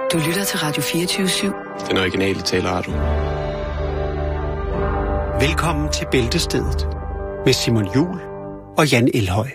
Du lytter til Radio 24/7. Den originale taleradio. Velkommen til Bæltestedet med Simon Juhl og Jan Elhøj.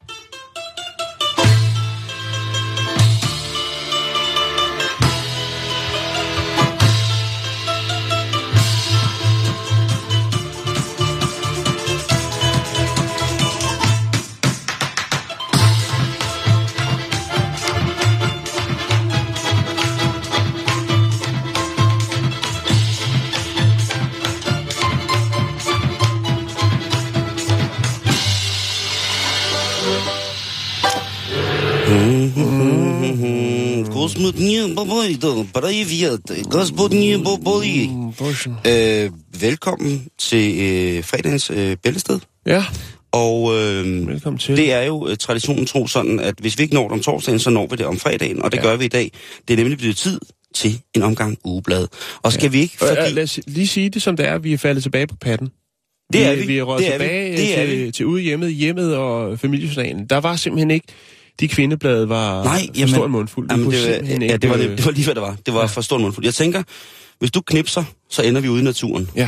Velkommen til fredagens Bæltested. Ja. Og velkommen til. Det er jo traditionen tro sådan, at hvis vi ikke når det om torsdagen, så når vi det om fredagen, og det gør vi i dag. Det er nemlig blevet tid til en omgang ugeblad. Og skal vi ikke... Lad os lige sige det, som det er. Vi er faldet tilbage på patten. Det er vi. Vi er røget tilbage til ude hjemmet og familiejournalen. Der var simpelthen ikke... De kvindeblade var for stor en mundfuld. Det var lige hvad det var. Det var for stor en mundfuld. Jeg tænker, hvis du knipser, så ender vi ude i naturen. Ja.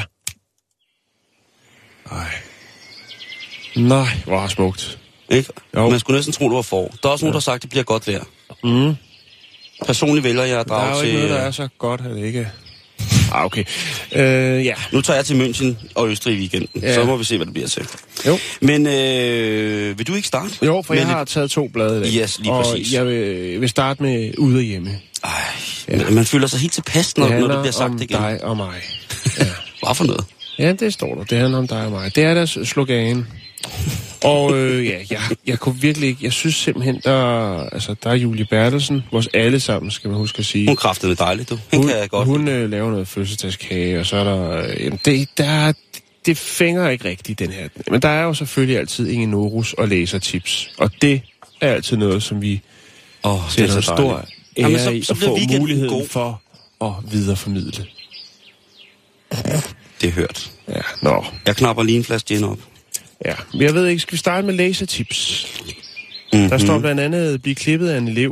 Nej, hvor smukt. Ikke? Man skulle næsten tro, det var forår. Der er også nogen, der har sagt, at det bliver godt vejr. Mm. Personligt vælger jeg at drage til... Der er jo ikke noget, der er så godt, at det ikke... okay. Ja. Nu tager jeg til München og Østrig i weekenden. Ja. Så må vi se, hvad det bliver til. Jo. Men vil du ikke starte? Jo, for jeg har taget 2 blade i dag. Yes, lige præcis. Og jeg vil starte med ude og hjemme. Man føler sig helt tilpas, når det bliver sagt igen. Det handler om dig og mig. Ja. Hvad for noget? Ja, det står der. Det handler om dig og mig. Det er deres slogan. Og jeg kunne virkelig ikke... Jeg synes simpelthen, der er Julie Bertelsen, vores alle sammen, skal man huske at sige. Hun kræftede med dejligt, du. Hun laver noget fødselsdagskage, og så er der... Det fænger ikke rigtigt, den her. Men der er jo selvfølgelig altid Inge Norus og læsertips. Og det er altid noget, som vi sætter stor ære i at få muligheden god for at videreformidle. Det er hørt. Ja, nå. Jeg knapper lige en flaske gin op. Ja, men jeg ved ikke, skal vi starte med læsertips? Mm-hmm. Der står blandt andet, blive klippet af en elev.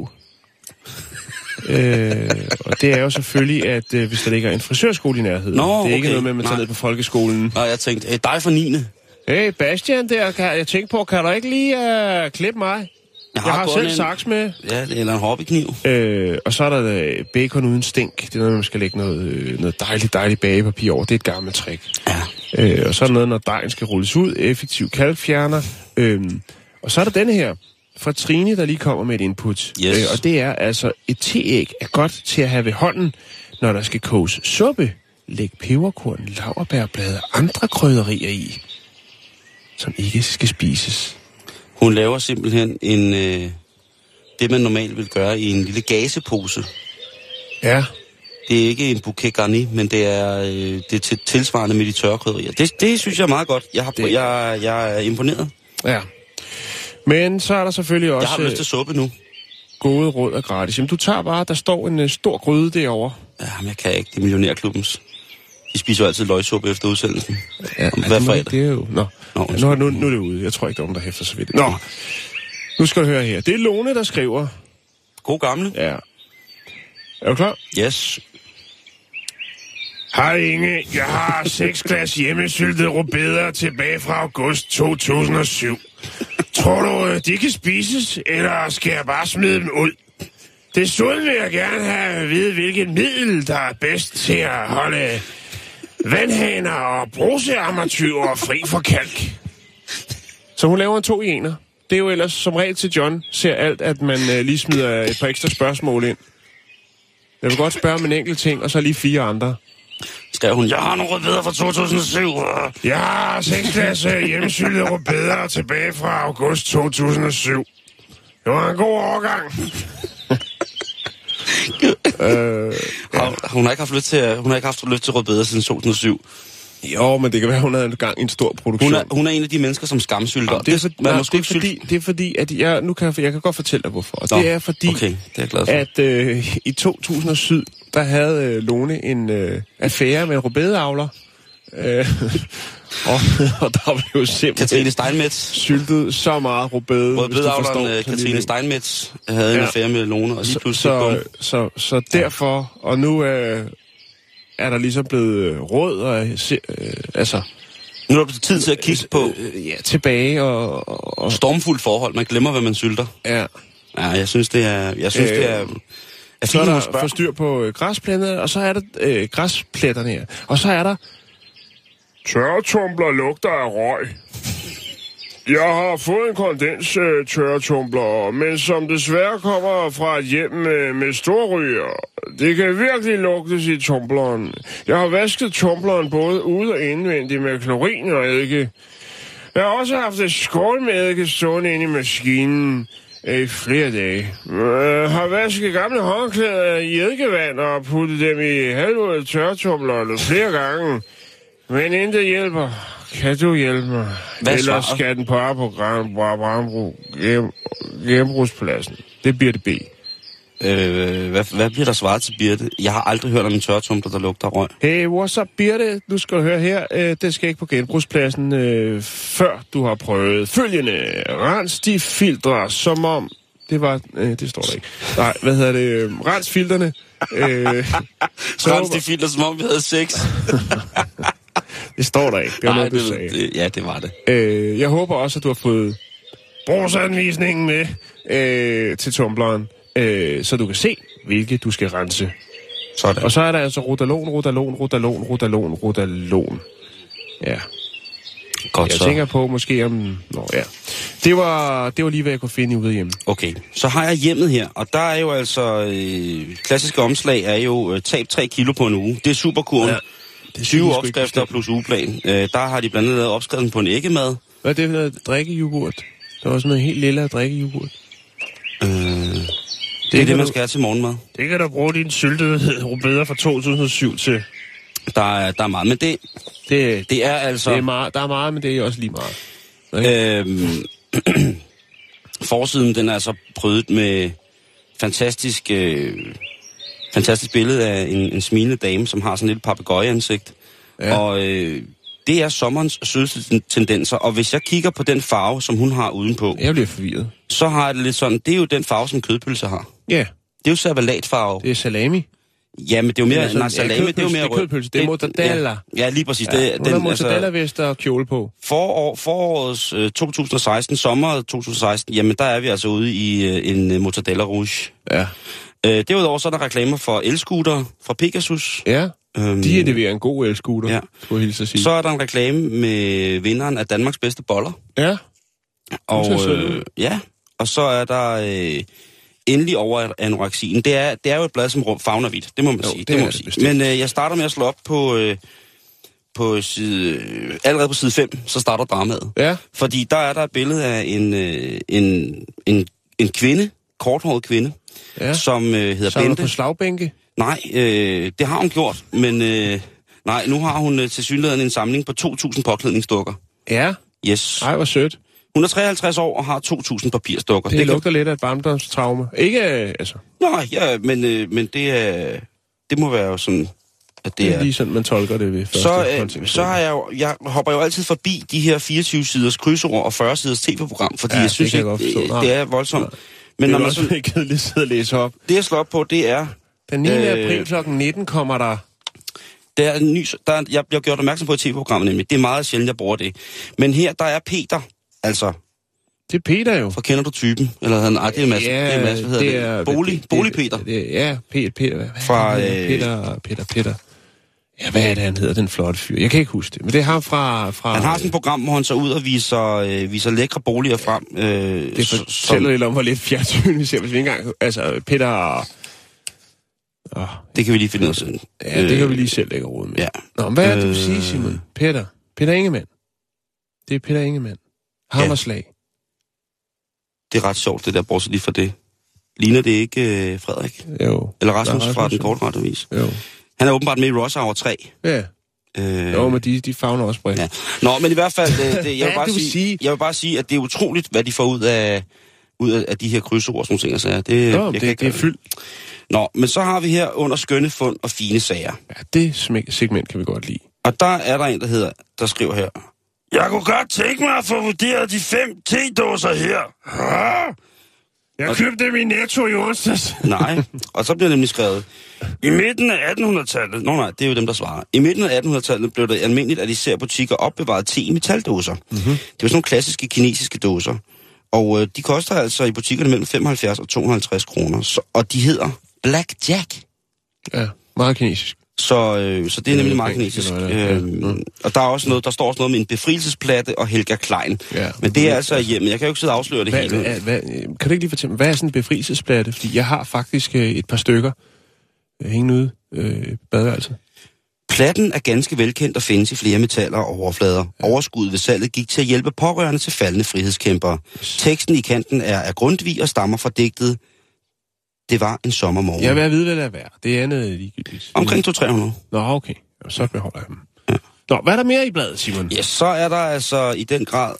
Og det er jo selvfølgelig, at hvis der ligger en frisørskole i nærheden. Det er ikke noget med, at man tager ned på folkeskolen. Nej, jeg tænkte, dig for 9. Hey, Bastian der, jeg tænkte på, kan du ikke lige klippe mig? Jeg har selv saks med. Ja, eller en hobbykniv. Og så er der bacon uden stink. Det er noget, man skal lægge noget dejligt bagepapir over. Det er et gammelt trick. Ja. Og så er der noget, når dejen skal rulles ud. Effektiv kalkfjerner. Og så er der denne her fra Trine, der lige kommer med et input. Yes. Og det er altså, et teæg er godt til at have ved hånden, når der skal koges suppe. Læg peberkorn, laurbærblade og andre krydderier i, som ikke skal spises. Hun laver simpelthen det, man normalt vil gøre i en lille gasepose. Ja. Det er ikke en bouquet garni, men det er tilsvarende med de tørre krydderier. Det synes jeg er meget godt. Jeg er imponeret. Ja. Men så er der selvfølgelig også... Jeg har lyst til suppe nu. Gode råd og gratis. Jamen, du tager bare, der står en stor gryde derovre. Ja, men jeg kan ikke. Det er millionærklubbens. De spiser jo altid løgsuppe efter udsendelsen. Ja, hvad fredag? Det er jo... Nu er det ude. Jeg tror ikke, der er nogen, der hæfter sig ved det. Nå, nu skal du høre her. Det er Lone, der skriver. God gamle. Ja. Er du klar? Yes. Hej Inge, jeg har 6 glas hjemmesyltede rødbeder tilbage fra august 2007. Tror du, de kan spises, eller skal jeg bare smide dem ud? Desuden vil jeg gerne have at vide, hvilket middel, der er bedst til at holde vandhaner og brusearmatyrer fri for kalk. Så hun laver en 2 i 1'er. Det er jo ellers som regel til John, ser alt, at man lige smider et par ekstra spørgsmål ind. Jeg vil godt spørge om en enkelt ting, og så lige 4 andre. Skal hun, jeg har nogle rødbeder fra 2007. Jeg har 6 glas hjemmesyltede rødbeder tilbage fra august 2007. Det var en god overgang. Hun har ikke haft lyst til rødbeder siden 2007. Jo, men det kan være, hun havde en gang en stor produktion. Hun er en af de mennesker, som skamsylter. Det er fordi, at jeg kan godt fortælle dig, hvorfor. Og det er fordi, okay, det er jeg glad for. At i 2007, der havde Lone en affære med en rødbedeavler. Og der blev jo simpelthen... Katrine Steinmetz. Syltet så meget rødbede. Rødbedeavleren Katrine Steinmetz havde en affære med Lone, og lige pludselig... Så derfor, og nu er der ligesom blevet råd, og altså... Nu er der blevet tid til at kigge på... tilbage og... Stormfuldt forhold. Man glemmer, hvad man sylter. Ja. Ja, jeg synes, det er så er der forstyr på græsplætterne, og så er der græsplætterne her. Og så er der... Tørretumbler lugter af røg. Jeg har fået en kondens tørretumbler, men som desværre kommer fra et hjem med storryger. Det kan virkelig lugtes i tumbleren. Jeg har vasket tumbleren både ude og indvendigt med klorin og eddike. Jeg har også haft et skål med eddike stående inde i maskinen i flere dage. Jeg har vasket gamle håndklæder i eddikevand og puttet dem i halvårede tørretumblerne flere gange. Men intet hjælper. Kan du hjælpe mig? Ellers skal den på genbrugspladsen. Det bliver det B. Hvad bliver der svaret til Birte? Jeg har aldrig hørt om en tørretumbler, der lugter røg. Hey, what's up, Birte? Nu skal du høre her. Det skal ikke på genbrugspladsen, før du har prøvet følgende. Rens de filtre, som om... det står der ikke. Nej, hvad hedder det? Rens filterne. Rens de filtre, som om vi havde sex. Det står der ikke. Det var noget, du sagde. Ja, det var det. Jeg håber også, at du har fået brugsanvisningen med til tumbleren, så du kan se, hvilke du skal rense. Sådan. Og så er der altså Rodalon. Ja. Godt jeg så. tænker på måske om... Det var lige, hvad jeg kunne finde ude hjemme. Okay, så har jeg hjemmet her, og der er jo altså... klassiske omslag er jo tab 3 kilo på en uge. Det er superkurven. Ja. 20 opskrifter plus ugeplan. Der har de blandt andet lavet opskriften på en æggemad. Hvad er det for noget drikkejoghurt? Der var sådan noget helt lille drikkejoghurt. Det er det, man skal have til morgenmad. Det kan du bruge din syltede rødbeder fra 2007 til. Der er meget, men det er altså... Det er meget, der er meget, men det er også lige meget. Forsiden, den er altså prydet med fantastisk billede af en smilende dame, som har sådan et lille papegøjeansigt. Ja. Og det er sommerens sødeste tendenser, og hvis jeg kigger på den farve, som hun har udenpå... Jeg bliver forvirret. Så har jeg det lidt sådan, det er jo den farve, som kødpølser har. Ja. Det er jo servalatfarve. Det er salami. Ja, men det er jo mere... Nej, salami, det er jo mere... Det er kødpølse, det er mortadella. Ja, lige præcis. Ja, det, den mortadella-vest og kjole på. Forårets 2016, sommeret 2016, jamen der er vi altså ude i en mortadella rouge. Ja. Derudover så er der reklamer for elscooter fra Pegasus. Ja, de leverer en god elscooter, ja. skulle jeg hilse at sige. Så er der en reklame med vinderen af Danmarks bedste boller. Ja. Og og så er der endelig over anoreksien. Det er jo et blad, som favner vidt, det må man sige. Det må man sige. Men jeg starter med at slå op på side... allerede på side 5, så starter dramaet. Ja. Fordi der er der et billede af en kvinde, korthåret kvinde, som hedder så Bente. På slagbænke? Nej, det har hun gjort, men nej, nu har hun til synligheden en samling på 2.000 påklædningsdukker. Ja? Yes. Ej, hvor sødt. Hun er 53 år og har 2.000 papirstukker. Det lugter lidt af et barndomstraume. Ikke, altså... Nej, ja, men det må være jo sådan, at det er... lige sådan, man tolker det ved første så har jeg hopper jo altid forbi de her 24-siders krydsord og 40-siders tv-program, fordi jeg synes ikke, det er voldsomt. Ja. Men når man også ikke kedeligt sidde og læse op. Det jeg slår op på, det er... Den 9. april kl. 19 kommer der... Der er en ny... Jeg bliver gjort opmærksom på et tv-program, nemlig. Det er meget sjældent, jeg bruger det. Men her, der er Peter, altså... Det er Peter jo. For kender du typen? Eller det er Mads. Ja, det er Mads, hvad hedder det? Bolig-Peter. Ja, Peter. Fra... Peter. Ja, hvad er det, han hedder, den flotte fyr? Jeg kan ikke huske det, men det er ham fra... Han har sådan et program, hvor han så ud og viser lækre boliger frem. Det fortæller lidt om, hvor lidt fjernsyn vi ser, hvis vi ikke engang... Altså, Peter... Det kan vi lige finde ud af sådan. Ja, det kan vi lige selv lægge råd med. Ja. Nå, hvad er det, du vil sige, Simon? Peter Ingemann. Det er Peter Ingemann. Hammerslag. Ja. Det er ret sjovt, det der, bortset lige for det. Ligner det ikke Frederik? Jo. Eller Rasmus fra den korte radiovis? Jo. Han er åbenbart med i Rush Hour 3. Ja. Jo, men de favner også bredt. Ja. Nå, men i hvert fald, jeg vil bare sige, at det er utroligt, hvad de får ud af de her krydsord, som ting og sager. Det er fyldt. Nå, men så har vi her under skønne fund og fine sager. Ja, det segment kan vi godt lide. Og der er der en, der hedder der skriver her. Jeg kunne godt tænke mig at få vurderet de 5 te-dåser her. Jeg købte dem i Netto i onsdags. Nej, og så bliver det nemlig skrevet. I midten af 1800-tallet... nej, det er jo dem, der svarer. I midten af 1800-tallet blev det almindeligt, at især butikker opbevarede te i metaldåser. Mm-hmm. Det var sådan nogle klassiske kinesiske dåser. Og de koster altså i butikkerne mellem 75 og 250 kroner. Og de hedder Black Jack. Ja, meget kinesisk. Så det er nemlig meget kinesisk. Og der er også noget, der står også noget med en befrielsesplatte og Helga Klein. Ja. Men det er altså hjemme. Jeg kan jo ikke sidde og afsløre det hele. Kan du ikke lige fortælle mig, hvad er sådan en befrielsesplatte? Fordi jeg har faktisk et par stykker hængende ude i badeværelset. Platten er ganske velkendt og findes i flere metaller og overflader. Ja. Overskuddet ved salget gik til at hjælpe pårørende til faldne frihedskæmpere. Teksten i kanten er Grundtvig og stammer fra digtet Det var en sommermorgen. Jeg vil vide, hvad det er værd. Det er andet ligegyldigt. Omkring 200-300. Nå, okay. Så beholder jeg dem. Ja. Nå, hvad er der mere i bladet, Simon? Ja, så er der altså i den grad...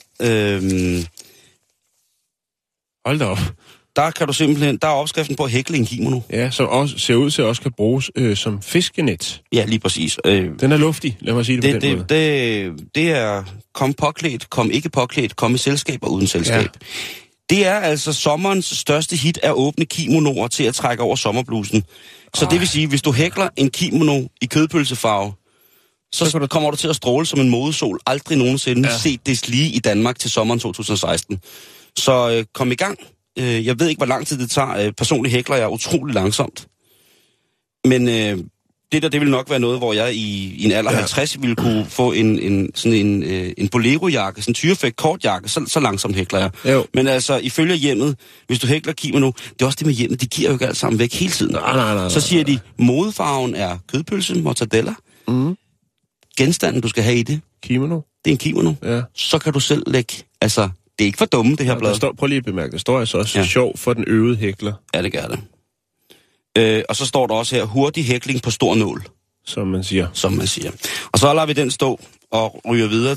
Hold da op. Der kan du simpelthen... Der er opskriften på at hækle en kimono. Ja, som også ser ud til at også kan bruges som fiskenet. Ja, lige præcis. Den er luftig, lad mig sige det på den måde. Det er kom påklædt, kom ikke påklædt, kom i selskab og uden selskab. Ja. Det er altså sommerens største hit at åbne kimonoer til at trække over sommerblusen. Så det vil sige, hvis du hækler en kimono i kødpølsefarve, så kommer du til at stråle som en modesol. Aldrig nogensinde set det lige i Danmark til sommeren 2016. Så kom i gang. Jeg ved ikke, hvor lang tid det tager. Personligt hækler jeg utrolig langsomt. Men det vil nok være noget, hvor jeg i en alder 50 ville kunne få en bolero-jakke, sådan en tyrefægt kortjakke, så langsomt hækler jeg. Jo. Men altså, ifølge hjemmet, hvis du hækler kimono, det er også det med hjemmet, de giver jo ikke alt sammen væk hele tiden. Nej. Så siger de, modefarven er kødpølse, mortadella. Mm. Genstanden, du skal have i det. Kimono. Det er en kimono. Ja. Så kan du selv lægge, altså, det er ikke for dumme, det her blad. Prøv lige at bemærke, det står altså også sjov for den øvede hækler. Ja, det gør det. Og så står der også her, hurtig hækling på stor nål. Som man siger. Og så lader vi den stå og ryger videre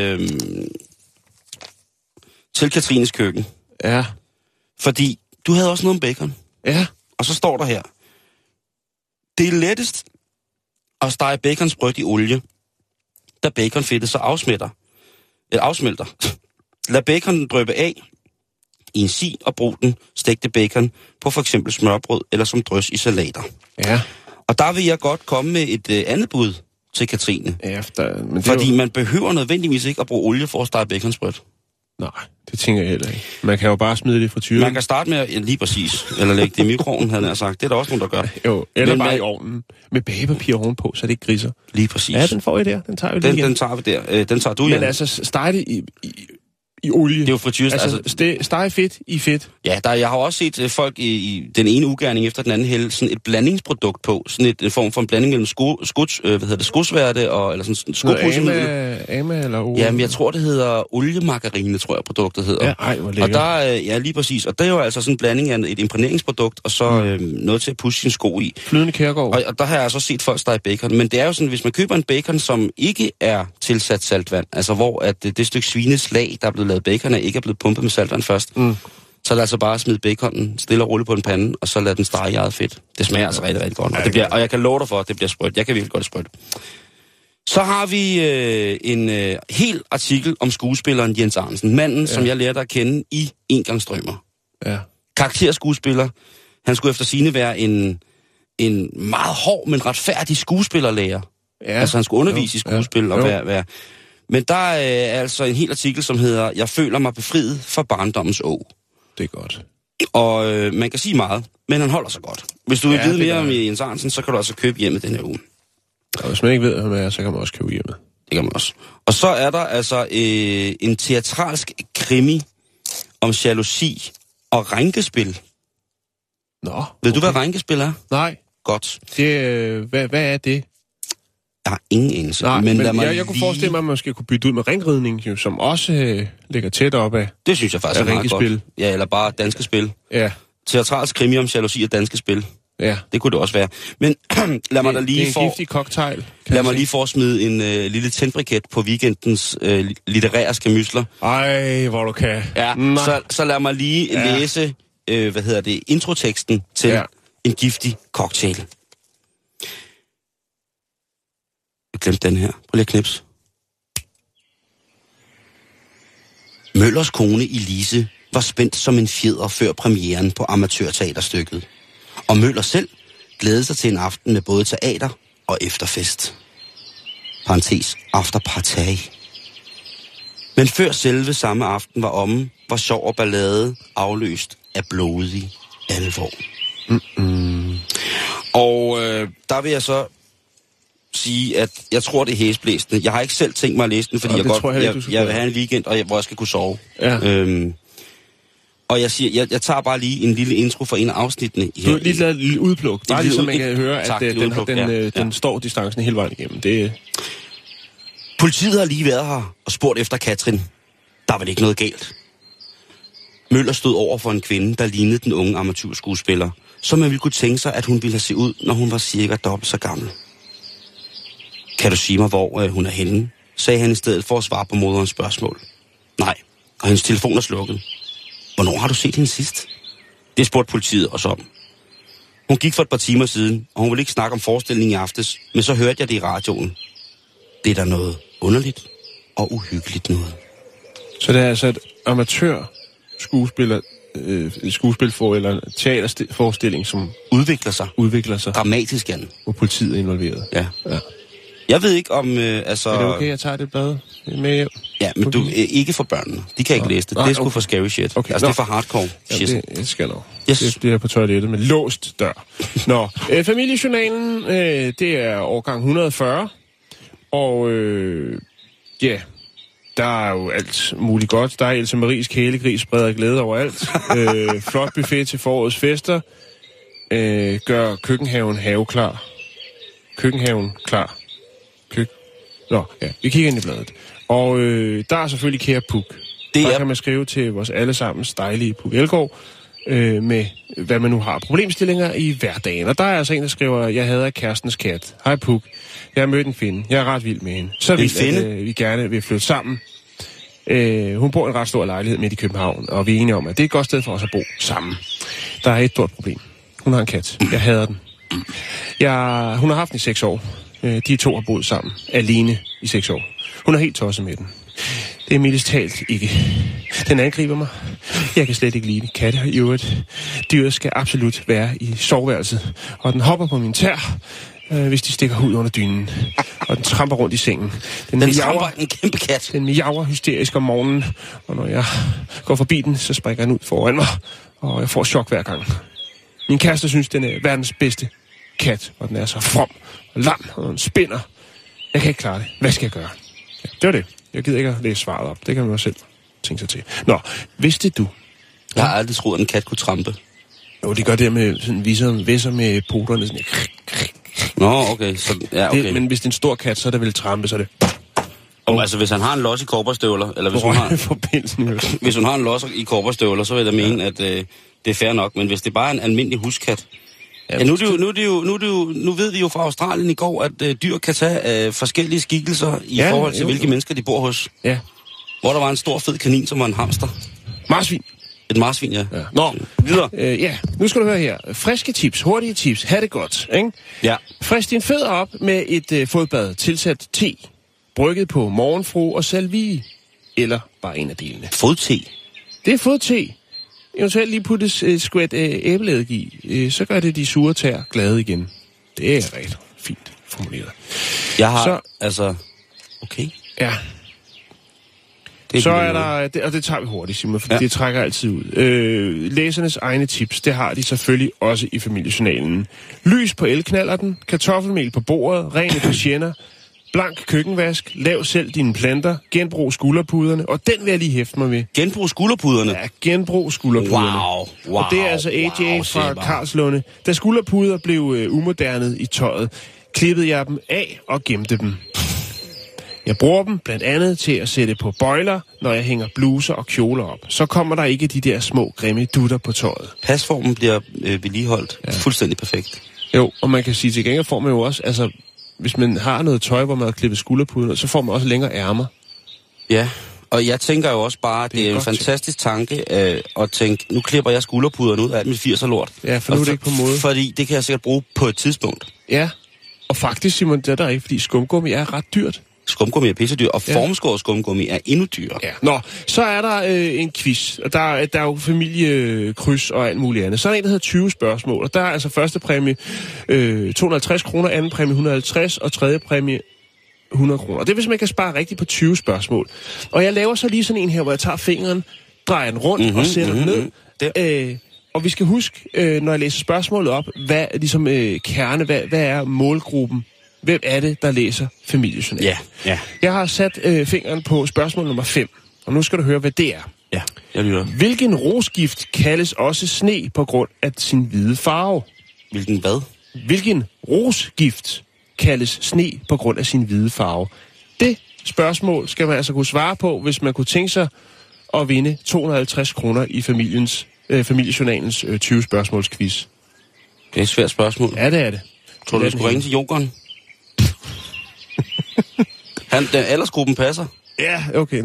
til Katrines køkken. Ja. Fordi du havde også noget om bacon. Ja. Og så står der her, det er lettest at stege baconsbrød i olie, da baconfedtet så afsmelter. Lad baconen dryppe af i en si og brug den stegte bacon på for eksempel smørbrød eller som drys i salater. Ja. Og der vil jeg godt komme med et andet bud til Katrine. Fordi man behøver nødvendigvis ikke at bruge olie for at stege baconsbrød. Nej, det tænker jeg heller ikke. Man kan jo bare smide det i frityren. Man kan starte med, lige præcis, eller lægge det i mikroovnen, havde jeg sagt. Det er der også nogen, der gør. Jo, eller bare i ovnen. Med bagepapir ovenpå, så det ikke griser. Lige præcis. Ja, den får I der. Den tager vi lige igen. Den tager vi der. Den tager du, Jan. Men altså, stege det i olie. Det er jo frityrs. Altså stege fedt i fedt. Ja, jeg har også set folk i den ene ugerning efter den anden hælde sådan et blandingsprodukt på. Sådan en form for en blanding mellem skosværte og eller sådan skopusemiddel. Ama eller olie? Jamen, jeg tror, det hedder oliemargarine, tror jeg, produktet hedder. Ja, ej, hvor lækkert. Og der, lige præcis. Og det er jo altså sådan en blanding af et imprægneringsprodukt, og så noget til at pusse sin sko i. Flydende Kærgård. Og der har jeg altså set folk stege bacon. Men det er jo sådan, hvis man køber en bacon, som ikke er tilsat saltvand, altså hvor at det stykke svineslag, der er blevet lavet bacon, ikke er blevet pumpet med saltvand først, så er det altså bare at smide baconen stille og roligt på en pande, og så lade den stege i eget fedt. Det smager altså rigtig, rigtig godt. Og jeg kan love dig for, at det bliver sprødt. Jeg kan virkelig godt sprødt. Så har vi en hel artikel om skuespilleren Jens Arnsen. Manden, som jeg lærte at kende i Engangsdrømmer. Ja. Karakterskuespiller. Han skulle efter sigende være en meget hård, men retfærdig skuespillerlærer. Ja. Altså han skulle undervise i skuespil og være... Men der er altså en hel artikel, som hedder Jeg føler mig befriet fra barndommens å. Det er godt. Og man kan sige meget, men han holder sig godt. Hvis du vil vide mere om Jens Arnsen, så kan du altså købe hjemme den her uge. Og hvis man ikke ved, hvad det er, så kan man også købe hjemme. Det kan man også. Og så er der altså en teatralsk krimi om jalousi og rænkespil. Nå. Ved du, hvad rænkespil er? Nej. Godt. Hvad er det? Jeg har ingen anelse. Nej, men jeg kunne forestille mig, at man måske kunne bytte ud med ringridning, jo, som også ligger tæt op af. Det synes jeg faktisk er meget godt. Ja, eller bare danske spil. Ja. Teatralsk krimi om jalousi og danske spil. Ja. Det kunne det også være. Men lad mig da lige det er en giftig cocktail. Lad mig lige smide en lille tændbriket på weekendens litterære skamysler. Ej, hvor du kan. Ja, så lad mig lige læse, introteksten til en giftig cocktail. Jeg glemte den her. Prøv lige at knipse. Møllers kone Elise var spændt som en fjeder før premieren på amatørteaterstykket. Og Møller selv glædede sig til en aften med både teater og efterfest. Parentes, afterparty. Men før selve samme aften var omme, var sjov og ballade afløst af blodig alvor. Og der vil jeg så sige, at jeg tror, det er hæsblæsende. Jeg har ikke selv tænkt mig at læse den, fordi jeg vil have en weekend, hvor jeg skal kunne sove. Ja. Og jeg siger, jeg tager bare lige en lille intro for en af afsnittene. Du har lige lavet et lille udpluk, bare lige så man kan høre, at den står distancen hele vejen igennem. Det... Politiet har lige været her og spurgt efter Katrin. Der var vel ikke noget galt. Møller stod over for en kvinde, der lignede den unge amatørskuespiller, så man ville kunne tænke sig, at hun ville have se ud, når hun var cirka dobbelt så gammel. Kan du sige mig, hvor hun er henne? Sagde han i stedet for at svare på moderens spørgsmål. Nej, og hendes telefon er slukket. Hvornår har du set hende sidst? Det spurgte politiet også om. Hun gik for et par timer siden, og hun ville ikke snakke om forestillingen i aftes, men så hørte jeg det i radioen. Det er da noget underligt og uhyggeligt noget. Så det er altså et amatør-skuespiller, eller teaterforestilling, som udvikler sig. Dramatisk, Jan. Og politiet er involveret. Ja. Jeg ved ikke om, Er det okay, jeg tager det blad med hjem? Ja, men du ikke for børnene. De kan ikke læse det. Det er sgu for scary shit. Okay. Altså, det er for hardcore shit. Jamen, det skal nok. Yes. Det er på toilettet med låst dør. Nå, familiejournalen, det er årgang 140. Og der er jo alt muligt godt. Der er Else Maries kælegris, spreder glæde overalt. Flot buffet til forårets fester. Gør køkkenhaven haveklar. Køkkenhaven klar. Nå, ja, vi kigger ind i bladet. Og der er selvfølgelig kære Puk. Der kan man skrive til vores allesammens dejlige Puk Elgård, med hvad man nu har problemstillinger i hverdagen. Og der er altså en, der skriver, jeg hader kærestens kat. Hej Puk, jeg har mødt en finde. Jeg er ret vild med hende. Så vild, at vi gerne vil flytte sammen. Hun bor i en ret stor lejlighed midt i København, og vi er enige om, at det er et godt sted for os at bo sammen. Der er et stort problem. Hun har en kat. Jeg hader den. Hun har haft den i 6 år. De to har boet sammen, alene i 6 år. Hun er helt tosset med den. Det er mildest talt ikke. Den angriber mig. Jeg kan slet ikke lide katte i øvrigt. Dyret skal absolut være i soveværelset, og den hopper på min tær, hvis de stikker hud under dynen. Og den tramper rundt i sengen. Den tramper en kæmpe kat. Den miauer hysterisk om morgenen, og når jeg går forbi den, så springer den ud foran mig, og jeg får chok hver gang. Min kæreste synes, den er verdens bedste kat, og den er så from og lam, og den spinner. Jeg kan ikke klare det. Hvad skal jeg gøre? Ja, det var det. Jeg gider ikke at læse svaret op. Det kan man jo selv tænke sig til. Nå, vidste du? Jeg har aldrig troet, at en kat kunne trampe. Jo, de gør det med sådan visser med poterne. Sådan. Nå, okay. Så, ja, okay. Det, men hvis det er en stor kat, så er det vel trampe, så er det... Altså, hvis han har en los i kobberstøvler, eller hvis hun har en los i kobberstøvler, så vil jeg mene, at det er fair nok. Men hvis det bare er en almindelig huskat... Ja, nu ved vi jo fra Australien i går, at dyr kan tage forskellige skikkelser i forhold til, hvilke mennesker de bor hos. Ja. Hvor der var en stor fed kanin, som var en hamster. Marsvin. Et marsvin, ja. Nå, videre. Nu skal du høre her. Friske tips, hurtige tips, ha' det godt, ikke? Ja. Frisk din fødder op med et fodbad, tilsat te, brygget på morgenfru og salvie, eller bare en af delene. Fodte? Det er fodte. Eventuelt lige puttes et skvæt æbleeddike i, så gør det de sure tær glade igen. Det er rigtig fint formuleret. Jeg har, okay. Ja. Så er der, og det tager vi hurtigt, Simon, for det trækker altid ud. Læsernes egne tips, det har de selvfølgelig også i familiejournalen. Lys på elknallerten, kartoffelmel på bordet, rene persienner, blank køkkenvask, lav selv dine planter, genbrug skulderpuderne, og den vil jeg lige hæfte mig ved. Genbrug skulderpuderne? Ja, genbrug skulderpuderne. Wow, og det er altså AJ fra Karlslunde. Da skulderpuder blev umodernet i tøjet, klippede jeg dem af og gemte dem. Jeg bruger dem blandt andet til at sætte på bøjler, når jeg hænger bluser og kjoler op. Så kommer der ikke de der små, grimme dutter på tøjet. Pasformen bliver vedligeholdt fuldstændig perfekt. Jo, og man kan sige til gengæld får man jo også, altså hvis man har noget tøj, hvor man har klippet skulderpuden, så får man også længere ærmer. Ja, og jeg tænker jo også bare, at det er en fantastisk tanke at tænke, nu klipper jeg skulderpuderne ud af mit 80'er lort. Ja, for nu er det ikke på måde. Fordi det kan jeg sikkert bruge på et tidspunkt. Ja, og faktisk, Simon, det er der ikke, fordi skumgummi er ret dyrt. Skumgummi er pissedyr, og formskåret skumgummi er endnu dyrere. Ja. Nå, så er der en quiz, og der er jo familiekryds og alt muligt andet. Så er der en, der hedder 20 spørgsmål, og der er altså første præmie 250 kroner, anden præmie 150, og tredje præmie 100 kroner. Og det er, hvis man kan spare rigtigt på 20 spørgsmål. Og jeg laver så lige sådan en her, hvor jeg tager fingeren, drejer den rundt og sætter den ned. Og vi skal huske, når jeg læser spørgsmålet op, hvad ligesom kerne, hvad er målgruppen? Hvem er det, der læser familiejournal? Ja. Jeg har sat fingeren på spørgsmål nummer 5, og nu skal du høre, hvad det er. Ja, jeg lytter. Hvilken rosgift kaldes også sne på grund af sin hvide farve? Hvilken hvad? Hvilken rosgift kaldes sne på grund af sin hvide farve? Det spørgsmål skal man altså kunne svare på, hvis man kunne tænke sig at vinde 250 kroner i familiejournalens 20 spørgsmålsquiz. Det er et svært spørgsmål. Ja, det er det. Tror du, du skulle ringe til Jokeren? Den aldersgruppen passer. Ja, okay,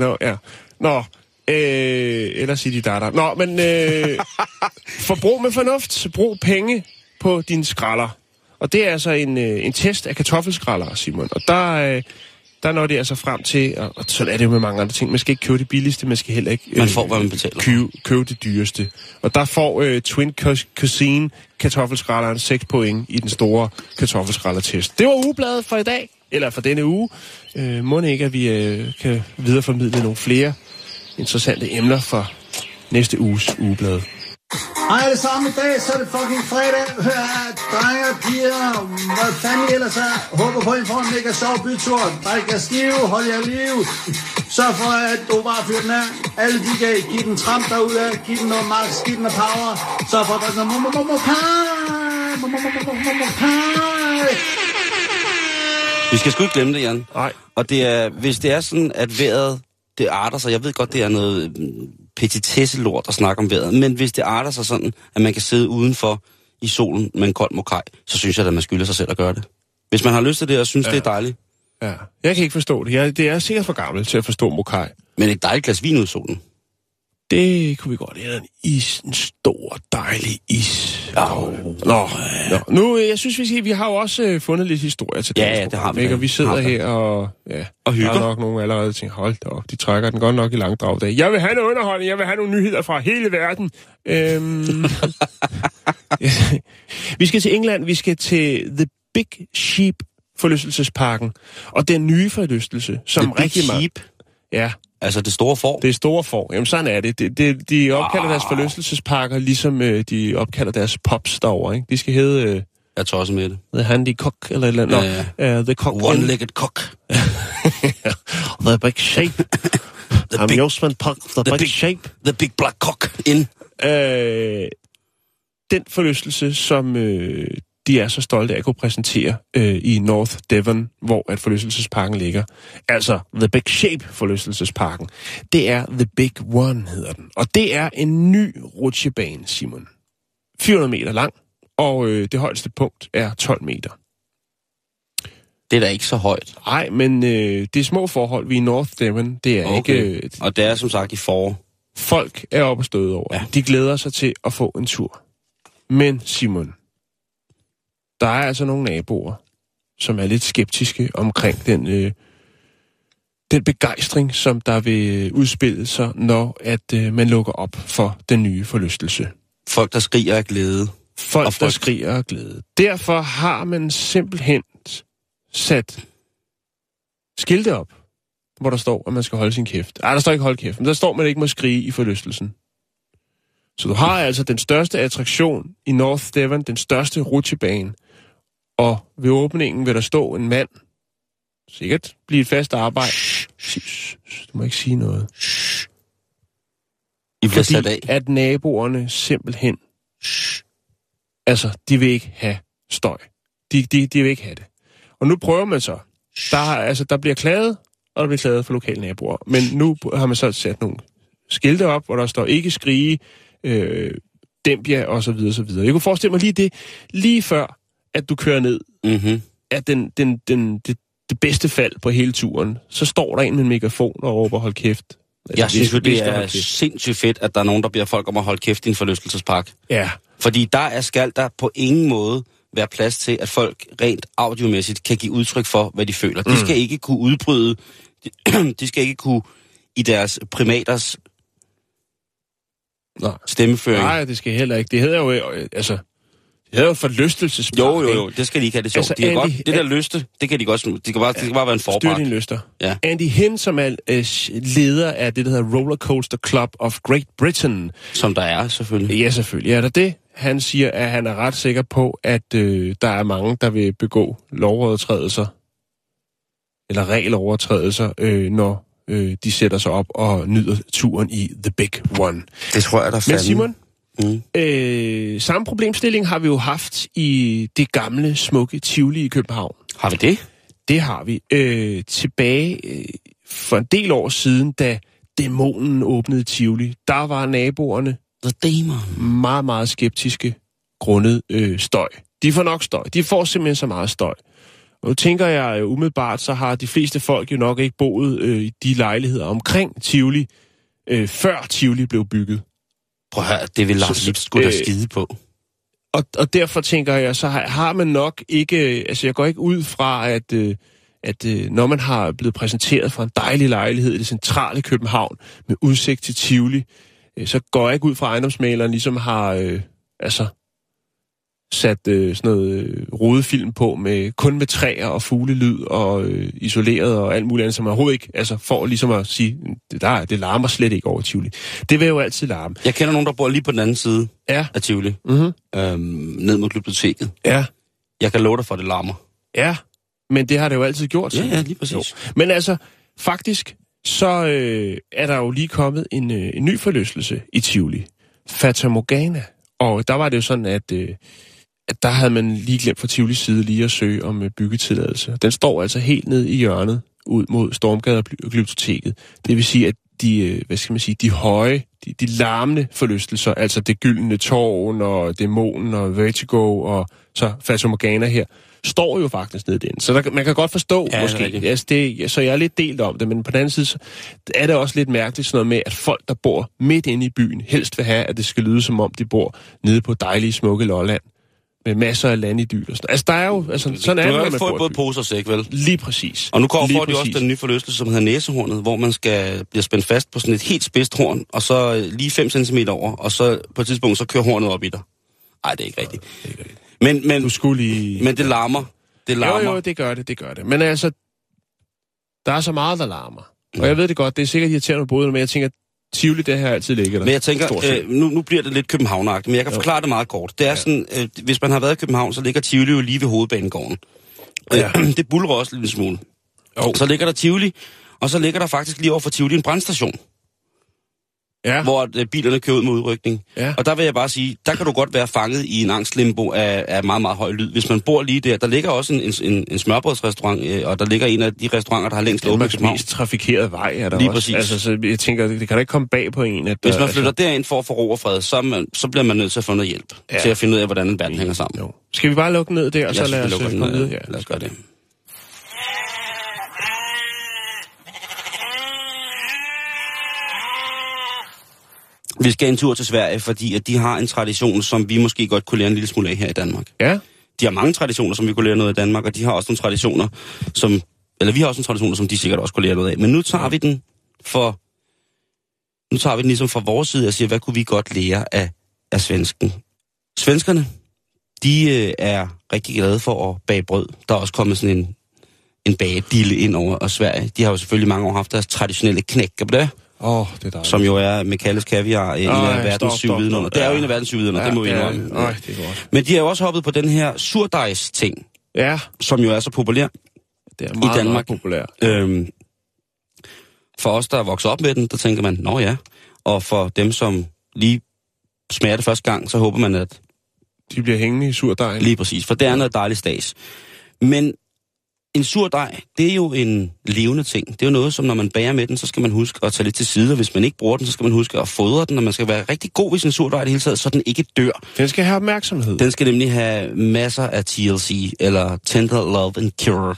eller sige de datter. Nå, men forbrug med fornuft. Brug penge på din skralder. Og det er altså en test af kartoffelskralder, Simon. Og der når det altså frem til, og sådan er det jo med mange andre ting, man skal ikke købe det billigste, man skal heller ikke man får, hvad man betaler. Købe det dyreste. Og der får Twin Cuisine kartoffelskralderen 6 point i den store kartoffelskraldertest. Det var ugebladet for i dag, eller for denne uge. Må ikke, at vi kan videreformidle nogle flere interessante emner for næste uges ugeblad. Hej alle sammen, i dag så er det fucking fredag. Drenge og piger, hvad fanden I ellers er. Håber på, at I får en mega sjov bytur. Drik jer skive, hold jer liv. Sørg for, at du bare fyrer den af. Alle de kan give den tramp derude, give den noget max, give den noget power. Sørg for, at der er sådan noget Vi skal sgu ikke glemme det, Jan. Nej. Og det er, hvis det er sådan, at vejret, det arter sig. Jeg ved godt, det er noget petitesselort at snakke om vejret, men hvis det arter sig sådan, at man kan sidde udenfor i solen med en kold mokaj, så synes jeg, at man skylder sig selv at gøre det. Hvis man har lyst til det og synes, det er dejligt. Ja, jeg kan ikke forstå det. Det er sikkert for gammel til at forstå mokaj. Men et dejligt glas vin ud i solen. Det kunne vi godt. Det er en stor, dejlig is. Nå. Nu, jeg synes, vi har jo også fundet lidt historie til det. Ja, det har vi. Ikke? Og vi sidder her og hygger. Der er nok nogen allerede, der tænker, hold da op, de trækker den godt nok i langdrag dag. Jeg vil have noget underholdning, jeg vil have nogle nyheder fra hele verden. Vi skal til England, vi skal til The Big Sheep forlystelsesparken. Og den nye forlystelse, som rigtig meget... Ja. Altså det store får? Det store får. Jamen sådan er det. De opkalder deres forlystelsesparker, ligesom de opkalder deres pops derovre, ikke? De skal hedde... Jeg tager også med det. The Handy Cock, eller et eller andet. The Cock. One-legged cock. The Big Shape. Amusement Park. The Big Shape. The Big Black Cock in. Den forlystelse, som de er så stolte af at kunne præsentere i North Devon, hvor at forlystelsesparken ligger. Altså The Big Shape forlystelsesparken. Det er The Big One, hedder den. Og det er en ny rutsjebane, Simon. 400 meter lang, og det højeste punkt er 12 meter. Det er da ikke så højt. Nej, men det er små forhold. Vi er i North Devon. Det er ikke... Og det er som sagt i forår. Folk er oppe og støde over. Ja. De glæder sig til at få en tur. Men Simon, der er altså nogle naboer, som er lidt skeptiske omkring den begejstring, som der vil udspille sig, når at man lukker op for den nye forlystelse. Folk, der skriger af glæde. Folk, der skriger af glæde. Derfor har man simpelthen sat skilte op, hvor der står, at man skal holde sin kæft. Der står ikke hold kæft, men der står, at man ikke må skrige i forlystelsen. Så du har altså den største attraktion i North Devon, den største rutsjebane. Og ved åbningen vil der stå en mand, sikkert blive et fast arbejde. Du må ikke sige noget. I bliver sat af. At naboerne simpelthen, altså, de vil ikke have støj. De vil ikke have det. Og nu prøver man så. Der bliver klaget, og der bliver klaget for lokale naboer. Men nu har man så sat nogle skilte op, hvor der står ikke skrige, dæmp jer, og så videre, så videre. Jeg kunne forestille mig lige det, lige før, at du kører ned, at det bedste fald på hele turen, så står der en med en megafon og råber, hold kæft. Altså, jeg synes jo, det er sindssygt fedt, at der er nogen, der beder folk om at holde kæft i en forlystelsespark. Ja. Fordi der skal der på ingen måde være plads til, at folk rent audiomæssigt kan give udtryk for, hvad de føler. De skal ikke kunne udbryde, de skal ikke kunne i deres primaters stemmeføring. Nej, det skal heller ikke. Det hedder jo, altså... Det hedder jo forlystelsespark. Jo, det skal de ikke have det sjovt. Altså, det der lyste, det kan de godt... Det kan bare være en forpark. Styr dine lyster. Ja. Andy Hinn, som er leder af det, der hedder Roller Coaster Club of Great Britain. Som der er, selvfølgelig. Ja, selvfølgelig er der det. Han siger, at han er ret sikker på, at der er mange, der vil begå lovovertrædelser, eller regelovertrædelser, når de sætter sig op og nyder turen i The Big One. Det tror jeg, der er Men Simon, samme problemstilling har vi jo haft i det gamle, smukke Tivoli i København. Har vi det? Det har vi. Tilbage for en del år siden, da Dæmonen åbnede Tivoli, der var naboerne meget, meget skeptiske grundet støj. De får nok støj. De får simpelthen så meget støj. Og nu tænker jeg umiddelbart, så har de fleste folk jo nok ikke boet i de lejligheder omkring Tivoli, før Tivoli blev bygget. Prøv at høre, det vil Lars Lipsk skulle da skide på. Og derfor tænker jeg, så har man nok ikke... Altså, jeg går ikke ud fra, at når man har blevet præsenteret for en dejlig lejlighed i det centrale København med udsigt til Tivoli, så går jeg ikke ud fra, at ejendomsmæleren ligesom har sat sådan noget rodefilm på, kun med træer og fuglelyd og isoleret og alt muligt andet, som man overhovedet ikke får ligesom at sige, det larmer slet ikke over Tivoli. Det vil jo altid larme. Jeg kender nogen, der bor lige på den anden side af Tivoli. Ned mod biblioteket. Ja. Jeg kan love dig for, at det larmer. Ja, men det har det jo altid gjort. Ja, lige præcis. Jo. Men altså, faktisk, så er der jo lige kommet en ny forlystelse i Tivoli. Fata Morgana. Og der var det jo sådan, at der havde man lige glemt fra Tivolis side lige at søge om byggetilladelse. Den står altså helt ned i hjørnet ud mod Stormgade og Glyptoteket. Det vil sige, at de høje, de larmende forlystelser, altså det gyldne tårn og Dæmonen og Vertigo og så Fata Morgana her, står jo faktisk ned den. Så man kan godt forstå, måske. Så jeg er lidt delt om det, men på den anden side, så er det også lidt mærkeligt sådan noget med, at folk, der bor midt inde i byen, helst vil have, at det skal lyde som om, de bor nede på dejlige, smukke Lolland. Med masser af landidyl og sådan. Altså, der er jo... Altså, sådan du har ikke fået både pose og sæk, vel? Lige præcis. Og nu får de også den nye forlystelse, som hedder Næsehornet, hvor man bliver spændt fast på sådan et helt spidst horn, og så lige 5 cm over, og så på et tidspunkt, så kører hornet op i dig. Ej, det er ikke rigtigt. Det er ikke rigtigt. Men, du skulle lige... Men det larmer. Jo, det gør det. Men altså, der er så meget, der larmer. Og jeg ved det godt, det er sikkert irriterende både, men jeg tænker, Tivoli, det her altid ligger der. Men jeg tænker, nu bliver det lidt københavneragtigt, men jeg kan forklare det meget kort. Det er sådan, hvis man har været i København, så ligger Tivoli jo lige ved hovedbanegården. Det buldrer også lidt en smule. Så ligger der Tivoli, og så ligger der faktisk lige over for Tivoli en brandstation. Ja. Hvor bilerne kører ud med udrykning. Ja. Og der vil jeg bare sige, der kan du godt være fanget i en angstlimbo af meget, meget høj lyd. Hvis man bor lige der ligger også en smørbrødsrestaurant, og der ligger en af de restauranter, der har længst åbent. Det er mest trafikeret vej, er der lige også. Præcis. Altså, så jeg tænker, det kan da ikke komme bag på en. At hvis man flytter derind for at få ro og fred, så bliver man nødt til at få noget hjælp. Til at finde ud af, hvordan en verden hænger sammen. Jo. Skal vi bare lukke ned der, og så lad os komme videre? Ja. Lad os gøre det. Vi skal en tur til Sverige, fordi at de har en tradition, som vi måske godt kunne lære en lille smule af her i Danmark. Ja. De har mange traditioner, som vi kunne lære noget af i Danmark, og de har også nogle traditioner, vi har også nogle traditioner, som de sikkert også kunne lære noget af. Men nu tager vi den ligesom fra vores side og siger, hvad kunne vi godt lære af svensken? Svenskerne, de er rigtig glade for at bage brød. Der er også kommet sådan en bagedille ind over Sverige. De har jo selvfølgelig mange år haft deres traditionelle knækkebrød. Det er som jo er med Kalles Kaviar, en af verdens 7 vidunder. Det er jo en af verdens 7 vidunder, det må vi indrømme. Det er godt. Men de har jo også hoppet på den her surdejs-ting, som jo er så populær det er meget, i Danmark. Meget populær. For os, der er vokset op med den, der tænker man, nå ja. Og for dem, som lige smager det første gang, så håber man, at de bliver hængende i surdejen. Lige præcis, for det er noget dejligt stads. Men en surdej, det er jo en levende ting. Det er jo noget, som når man bager med den, så skal man huske at tage lidt til side. Hvis man ikke bruger den, så skal man huske at fodre den, og man skal være rigtig god ved sin surdej det hele taget, så den ikke dør. Den skal have opmærksomhed. Den skal nemlig have masser af TLC, eller Tender Love and Cure.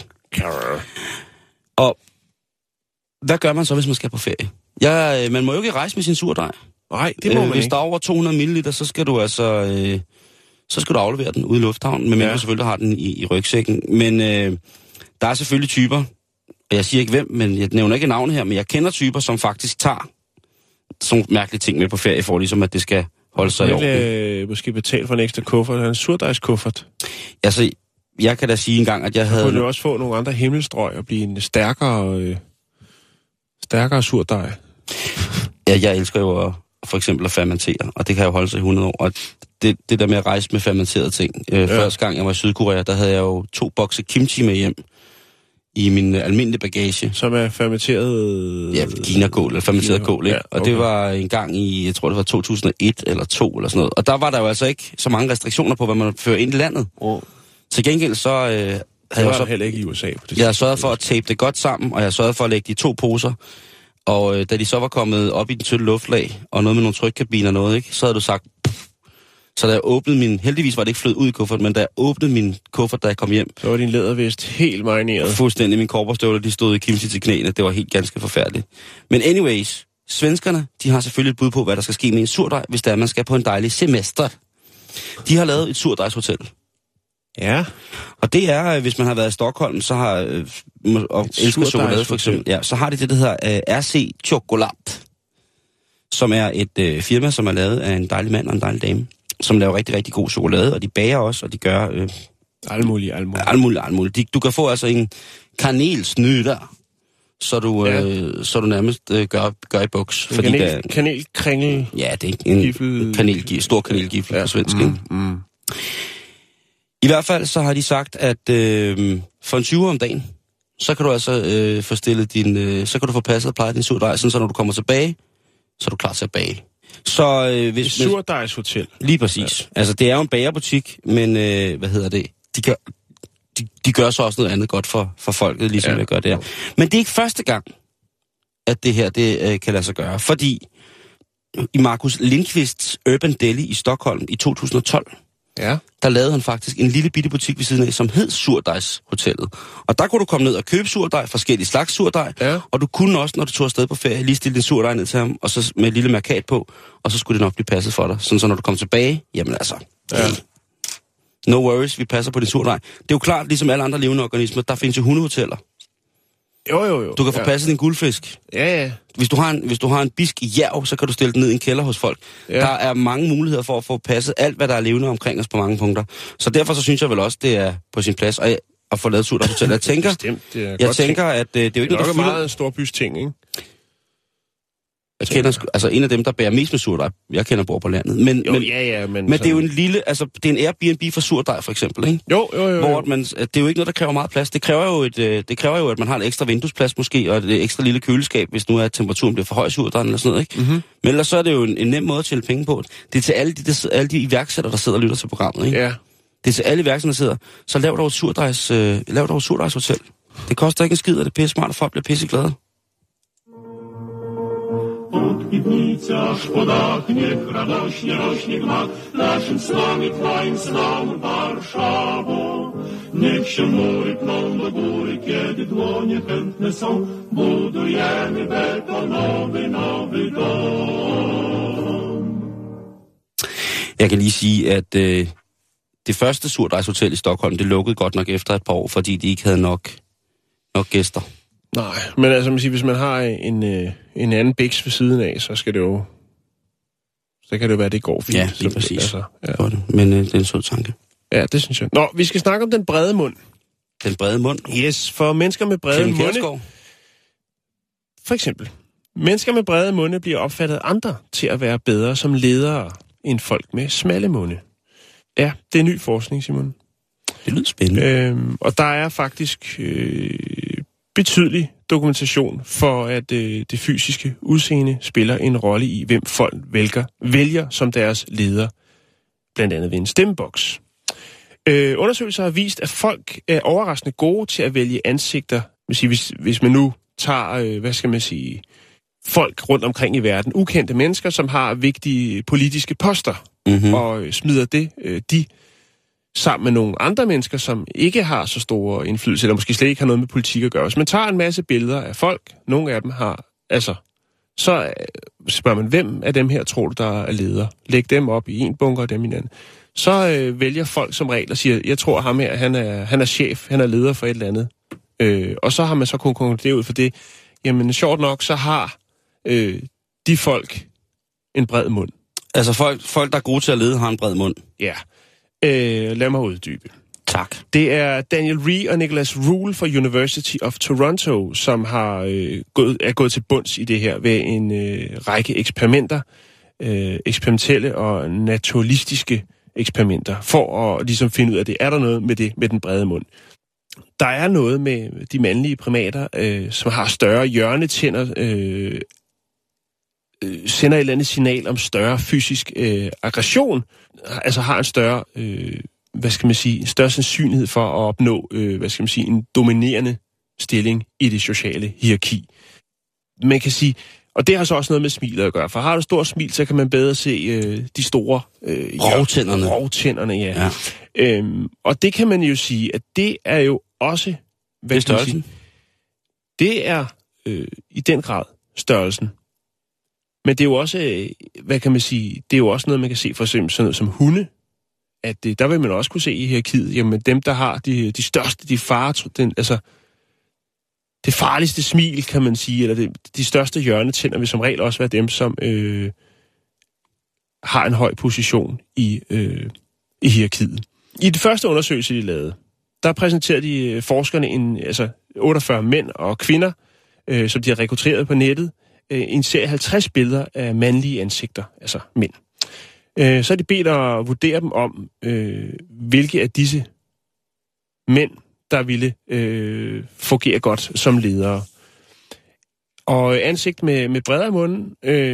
Og hvad gør man så, hvis man skal på ferie? Man må jo ikke rejse med sin surdej. Nej, det må man Hvis der er over 200 ml, så skal du altså så skal du aflevere den ude i lufthavnen, men man selvfølgelig har den i rygsækken. Men der er selvfølgelig typer, og jeg siger ikke hvem, men jeg nævner ikke navn her, men jeg kender typer, som faktisk tager sådan mærkelige ting med på ferie, for ligesom at det skal holde sig i orden. Måske betale for en ekstra kuffert, en surdejskuffert. Altså, jeg kan da sige engang, at jeg havde... Kunne du også få nogle andre himmelstrøg og blive en stærkere surdej? Ja, jeg elsker jo for eksempel at fermentere, og det kan jo holde sig i 100 år. Og det der med at rejse med fermenterede ting. Første gang jeg var i Sydkorea, der havde jeg jo 2 bokse kimchi med hjem i min almindelige bagage. Som er fermenteret... Ja, kinakål, eller fermenteret kål, ikke? Ja, okay. Og det var en gang i, jeg tror det var 2001 eller 2 eller sådan noget. Og der var der jo altså ikke så mange restriktioner på, hvad man fører ind i landet. Til gengæld så... havde jeg så heller ikke i USA. Jeg har sørget for at tape det godt sammen, og jeg har sørget for at lægge de 2 poser. Og da de så var kommet op i den tynde luftlag, og noget med nogle trykkabiner og noget, ikke, så havde du sagt... Så da jeg åbnede min... Heldigvis var det ikke flød ud i kuffert, men da jeg åbnede min kuffert, da jeg kom hjem... Så var din lædervest helt marineret. Fuldstændig. Mine korporstøvler, de stod i kimchi til knæene. Det var helt ganske forfærdeligt. Men anyways, svenskerne, de har selvfølgelig et bud på, hvad der skal ske med en surdej, hvis der man skal på en dejlig semester. De har lavet et surdejshotel. Ja. Og det er, hvis man har været i Stockholm, så har... og elsker chokolade for eksempel. Ja, så har de det, der hedder RC Chokolade, som er et firma, som er lavet af en dejlig mand og en dejlig dame, som laver rigtig, rigtig god chokolade, og de bager også, og de gør... Alt muligt. Du kan få altså en kanelsnødder, så du nærmest gør i buks. Kanelkringel. Ja, det er en stor kanelgifle på svensk. I hvert fald så har de sagt, at for en 20 om dagen, så kan du altså få stillet så kan du få passet og plejet din surdej, så når du kommer tilbage, så er du klar til at bage. Så hvis surdejshotel. Lige præcis. Ja. Altså det er jo en bagerbutik, men de gør så også noget andet godt for folket, ligesom jeg gør det her. Men det er ikke første gang, at det her kan lade sig gøre, fordi i Markus Lindqvists Urban Deli i Stockholm i 2012, der lavede han faktisk en lille bitte butik ved siden af, som hed Surdejshotellet. Og der kunne du komme ned og købe surdej, forskellige slags surdej, og du kunne også, når du tog afsted på ferie, lige stille din surdej ned til ham, og så med et lille mærkat på, og så skulle det nok blive passet for dig. Sådan så når du kom tilbage, jamen altså, no worries, vi passer på din surdej. Det er jo klart, ligesom alle andre levende organismer, der findes jo hundehoteller. Jo. Du kan få passet din guldfisk. Ja. Hvis du har en bisk jærv, så kan du stille den ned i en kælder hos folk. Ja. Der er mange muligheder for at få passet alt, hvad der er levende omkring os på mange punkter. Så derfor så synes jeg vel også, det er på sin plads at få lavet surdejshotel. Jeg tænker, at det er jo ikke noget, der fylder... meget storbys ting, ikke? Jeg kender altså en af dem, der bærer mest med surdej. Jeg kender bor på landet. Men det er jo en lille... Altså, det er en Airbnb for surdej, for eksempel, ikke? Jo. Hvor det er jo ikke noget, der kræver meget plads. Det kræver jo, at man har en ekstra vinduesplads måske, og et ekstra lille køleskab, hvis nu er temperaturen bliver for høj i surdejen eller sådan noget, ikke? Mm-hmm. Men ellers så er det jo en nem måde at tjene penge på. Det er til alle de iværksættere, der sidder og lytter til programmet, ikke? Ja. Det er til alle iværksættere, der sidder. Så lav dog et surdejshotel. Det koster ikke en skid, og det er pisse smart, og folk bliver pisseglade. Podpitnicy aż po dach, niech radośnie rośnie gmach naszym snom i twoim snom, Warszawo. Niech się mury pną do góry, kiedy dłonie chętne są, budujemy betonowy nowy dom. Jeg kan lige sige, at det første surdejshotel i Stockholm, det lukkede godt nok efter et par år, fordi de ikke havde nok gæster. Nej, men altså, man siger, hvis man har en anden biks ved siden af, så kan det jo være, at det går fint. Ja, lige præcis. Altså, ja. Men det er en sød tanke. Ja, det synes jeg. Nå, vi skal snakke om den brede mund. Den brede mund? Yes, for mennesker med brede munde... For eksempel. Mennesker med brede munde bliver opfattet andre til at være bedre som ledere end folk med smalle munde. Ja, det er ny forskning, Simon. Det lyder spændende. Og der er faktisk... betydelig dokumentation for, at det fysiske udseende spiller en rolle i, hvem folk vælger som deres leder, blandt andet ved en stemmeboks. Undersøgelser har vist, at folk er overraskende gode til at vælge ansigter. Hvis man nu tager, folk rundt omkring i verden, ukendte mennesker, som har vigtige politiske poster, og smider de sammen med nogle andre mennesker, som ikke har så store indflydelse, eller måske slet ikke har noget med politik at gøre. Hvis man tager en masse billeder af folk, nogle af dem har, så spørger man, hvem af dem her tror du, der er leder? Læg dem op i en bunker og dem i en anden. så vælger folk som regel og siger, jeg tror ham her, han er chef, han er leder for et eller andet. Og så har man så kunnet konkludere ud for det. Jamen, sjovt nok, så har de folk en bred mund. Altså folk, der er gode til at lede, har en bred mund? Ja. Lad mig uddybe. Tak. Det er Daniel Rhee og Nicholas Rule fra University of Toronto, som er gået til bunds i det her ved en række eksperimenter, eksperimentelle og naturalistiske eksperimenter, for at ligesom finde ud af det. Er der noget med den brede mund? Der er noget med de mandlige primater, som har større hjørnetænder, sender et eller andet signal om større fysisk aggression, altså har en større, større sandsynlighed for at opnå, en dominerende stilling i det sociale hierarki. Man kan sige, og det har så også noget med smilet at gøre, for har du stort smil, så kan man bedre se de store rovtænderne, ja. Og det kan man jo sige, at det er jo også, hvad kan man sige, det er i den grad størrelsen. Men det er jo også, hvad kan man sige, det er jo også noget, man kan se for eksempel sådan noget som hunde, at der vil man også kunne se i hierarkiet, jamen dem, der har de største, det farligste smil, kan man sige, eller de største hjørnetænder vil som regel også være dem, som har en høj position i hierarkiet. I det første undersøgelse, de lavede, der præsenterede de forskerne 48 mænd og kvinder, som de har rekrutteret på nettet, en serie 50 billeder af mandlige ansigter, altså mænd. Så er de bedt at vurdere dem om, hvilke af disse mænd, der ville fungere godt som ledere. Og ansigt med bredere munden,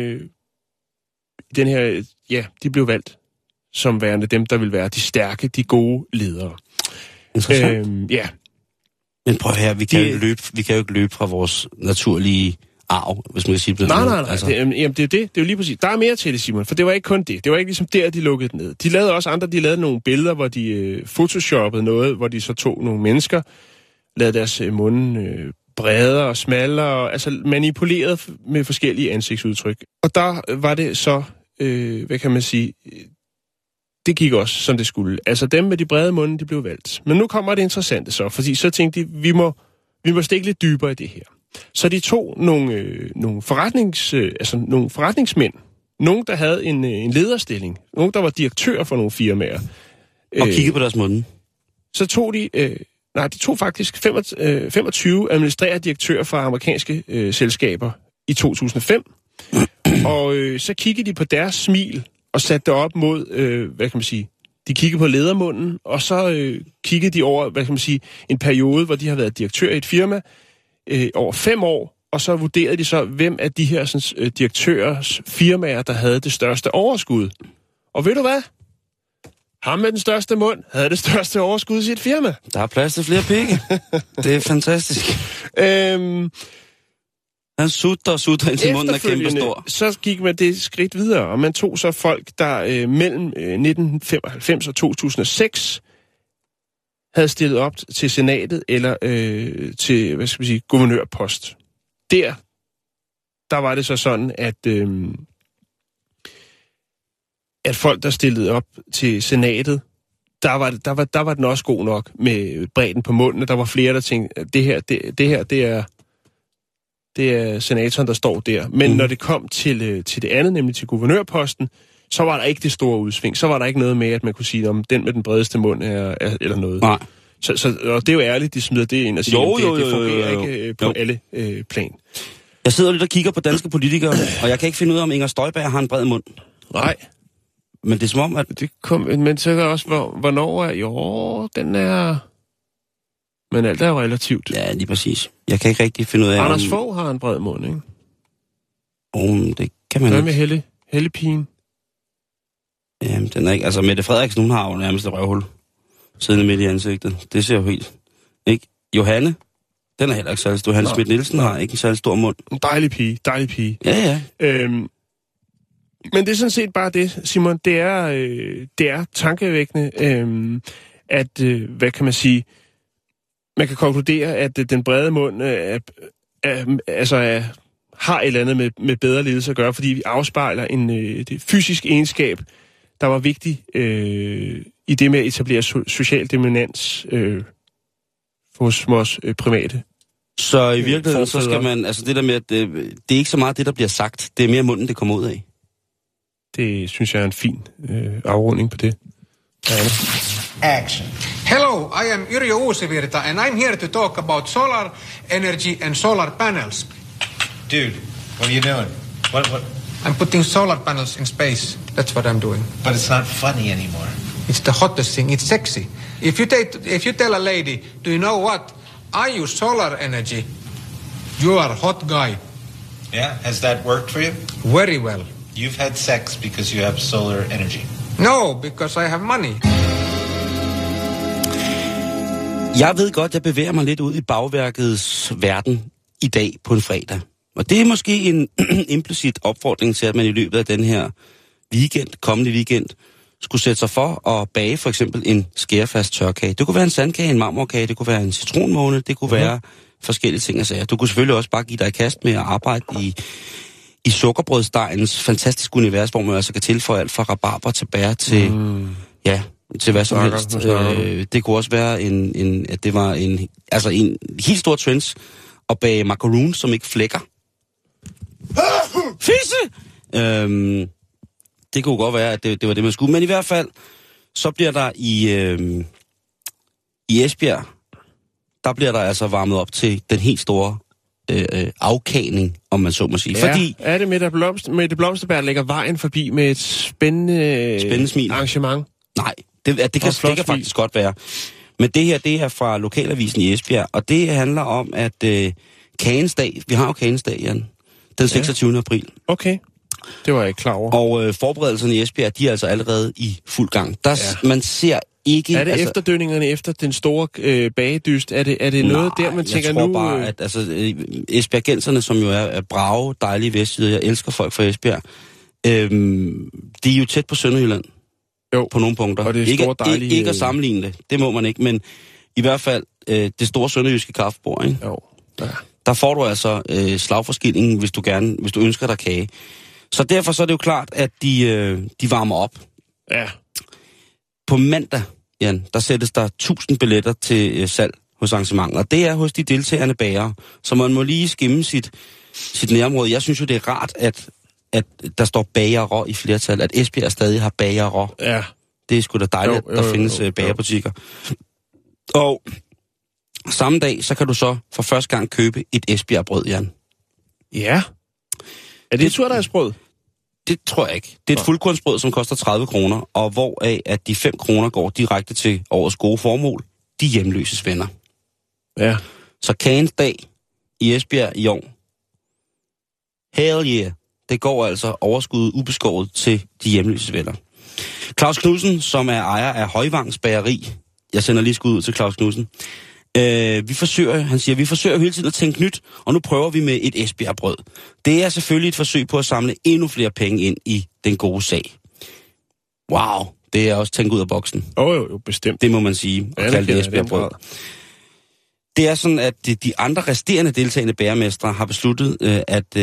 den her, ja, de blev valgt som værende dem, der vil være de stærke, de gode ledere. Interessant. Ja. Men prøv her, vi kan jo ikke løbe fra vores naturlige arv, hvis man kan sige det. Nej. Altså. Det er det. Det er jo lige præcis. Der er mere til det, Simon, for det var ikke kun det. Det var ikke ligesom der, de lukkede det ned. De lavede også andre. De lavede nogle billeder, hvor de photoshoppede noget, hvor de så tog nogle mennesker, lavede deres munde bredere og smallere, altså manipuleret med forskellige ansigtsudtryk. Og der var det så, hvad kan man sige, det gik også, som det skulle. Altså dem med de brede munde, de blev valgt. Men nu kommer det interessante så, fordi så tænkte de, vi må stikke lidt dybere i det her. Så de tog nogle forretningsmænd, nogen, der havde en lederstilling, nogen, der var direktør for nogle firmaer. Og kiggede på deres munde. Så tog de tog faktisk 25 administrerende direktører fra amerikanske selskaber i 2005. Og så kiggede de på deres smil og satte det op mod, hvad kan man sige, de kiggede på ledermunden, og så kiggede de over, hvad kan man sige, en periode, hvor de har været direktør i et firma, over 5 år, og så vurderede de så, hvem af de her direktørers firmaer, der havde det største overskud. Og ved du hvad? Ham med den største mund havde det største overskud i sit firma. Der er plads til flere penge. Det er fantastisk. Han sutter indtil munden er kæmpestor. Så gik man det skridt videre, og man tog så folk, der mellem 1995 og 2006 havde stillet op til senatet eller til, hvad skal vi sige, guvernørpost. Der var det så sådan, at folk, der stillede op til senatet, der var den også god nok med bredden på munden. Der var flere, der tænkte, at det er senatoren, der står der. Men når det kom til det andet, nemlig til guvernørposten, så var der ikke det store udsving. Så var der ikke noget med, at man kunne sige, om den med den bredeste mund er eller noget. Nej. Så og det er jo ærligt, de smider det ind og siger, det fungerer ikke på alle plan. Jeg sidder lidt og kigger på danske politikere, og jeg kan ikke finde ud af, om Inger Støjberg har en bred mund. Nej. Men det er som om, at... Men så er der også, hvornår er... Jo, den er... Men alt er jo relativt. Ja, lige præcis. Jeg kan ikke rigtig finde ud af... Anders Fogh har en bred mund, ikke? Det kan man ikke. Hvad med Hellepigen? Jamen, den er ikke... Altså, Mette Frederiksen, hun har jo nærmest et røvhul siddende midt i ansigtet. Det ser jo helt... Ikke? Johanne, den er heller ikke særlig stor. Johanne Schmidt-Nielsen har ikke en særlig stor mund. Dejlig pige. Ja. Men det er sådan set bare det, Simon. Det er tankevækkende, at, hvad kan man sige... Man kan konkludere, at den brede mund har et eller andet med bedre ledelse at gøre, fordi vi afspejler en fysisk egenskab, der var vigtig i det med at etablere social dominans hos vores primate. Så i virkeligheden, så skal man, altså det der med, at det er ikke så meget det, der bliver sagt, det er mere munden, det kommer ud af. Det synes jeg er en fin afrunding på det. Action. Hello, I am Yrjö Uusivirta, and I'm here to talk about solar energy and solar panels. Dude, what are you doing? What? I'm putting solar panels in space. That's what I'm doing. But it's not funny anymore. It's the hottest thing. It's sexy. If you tell a lady, do you know what? I use solar energy. You are a hot guy. Yeah, has that worked for you? Very well. You've had sex because you have solar energy. No, because I have money. Jeg ved godt, jeg bevæger mig lidt ud i bagværkets verden i dag på en fredag. Og det er måske en implicit opfordring til, at man i løbet af den her kommende weekend, skulle sætte sig for at bage for eksempel en skærefast tørkage. Det kunne være en sandkage, en marmorkage, det kunne være en citronmåne, det kunne være forskellige ting og sager. Du kunne selvfølgelig også bare give dig i kast med at arbejde i sukkerbrødsdegens fantastiske univers, hvor man altså kan tilføje alt fra rabarber til bær til, til hvad som helst. Det kunne også være at det var en helt stor trend at bage macaroons, som ikke flækker. Fisse! Det kunne godt være, at det var det, man skulle. Men i hvert fald, så bliver der i Esbjerg, der bliver der altså varmet op til den helt store afkagning, om man så må sige. Ja, fordi, er det med det blomsterbær, der lægger vejen forbi med et spændende smil. Arrangement? Nej, det kan faktisk godt være. Men det her, det er fra Lokalavisen i Esbjerg, og det handler om, at Kagens Dag, vi har jo Kagens Dag, Jan, den 26. april. Okay. Det var jeg ikke klar over. Og forberedelserne i Esbjerg, de er altså allerede i fuld gang. Man ser ikke... Er det efterdønningerne efter den store bagedyst? Er det noget der, man tænker nu... jeg tror bare, at esbjergenserne, som jo er brave, dejlige vestjyder, jeg elsker folk fra Esbjerg, de er jo tæt på Sønderjylland. Jo. På nogle punkter. Og det er store dejlige... Ikke at sammenligne det må man ikke, men i hvert fald det store sønderjyske kaffebord, ikke? Jo. Ja. Der får du altså slagforskillingen, hvis du ønsker dig kage. Så derfor så er det jo klart, at de varmer op. Ja. På mandag, Jan, der sættes der 1000 billetter til salg hos arrangementet. Og det er hos de deltagende bagere. Så man må lige skimme sit nærområde. Jeg synes jo, det er rart, at der står bagere i flertal. At Esbjerg stadig har bagere. Ja. Det er sgu da dejligt, at der findes bagerbutikker. Og samme dag, så kan du så for første gang købe et Esbjerg-brød, Jan. Ja. Er det et surdagsbrød? Det tror jeg ikke. Det er et fuldkornsbrød, som koster 30 kroner, og hvoraf at de 5 kroner går direkte til årets gode formål, de hjemløses venner. Ja. Så Kagens Dag i Esbjerg i år. Hell yeah. Det går altså overskuddet ubeskåret til de hjemløses venner. Claus Knudsen, som er ejer af Højvangs Bageri. Jeg sender lige skud ud til Claus Knudsen. Vi forsøger hele tiden at tænke nyt, og nu prøver vi med et Esbjerg-brød. Det er selvfølgelig et forsøg på at samle endnu flere penge ind i den gode sag. Wow, det er også tænkt ud af boksen. Jo, bestemt. Det må man sige, at kalde det Esbjerg-brød. Det er sådan, at de andre resterende deltagende bagermestre har besluttet, at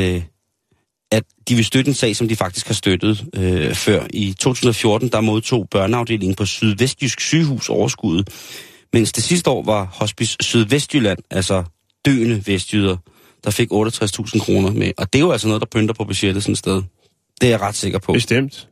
de vil støtte en sag, som de faktisk har støttet før. I 2014, der modtog børneafdelingen på Sydvestjysk Sygehus overskuddet, mens det sidste år var Hospice Sydvestjylland, altså døende vestjyder, der fik 68.000 kroner med. Og det er jo altså noget, der pynter på budgettet sådan et sted. Det er jeg ret sikker på. Bestemt.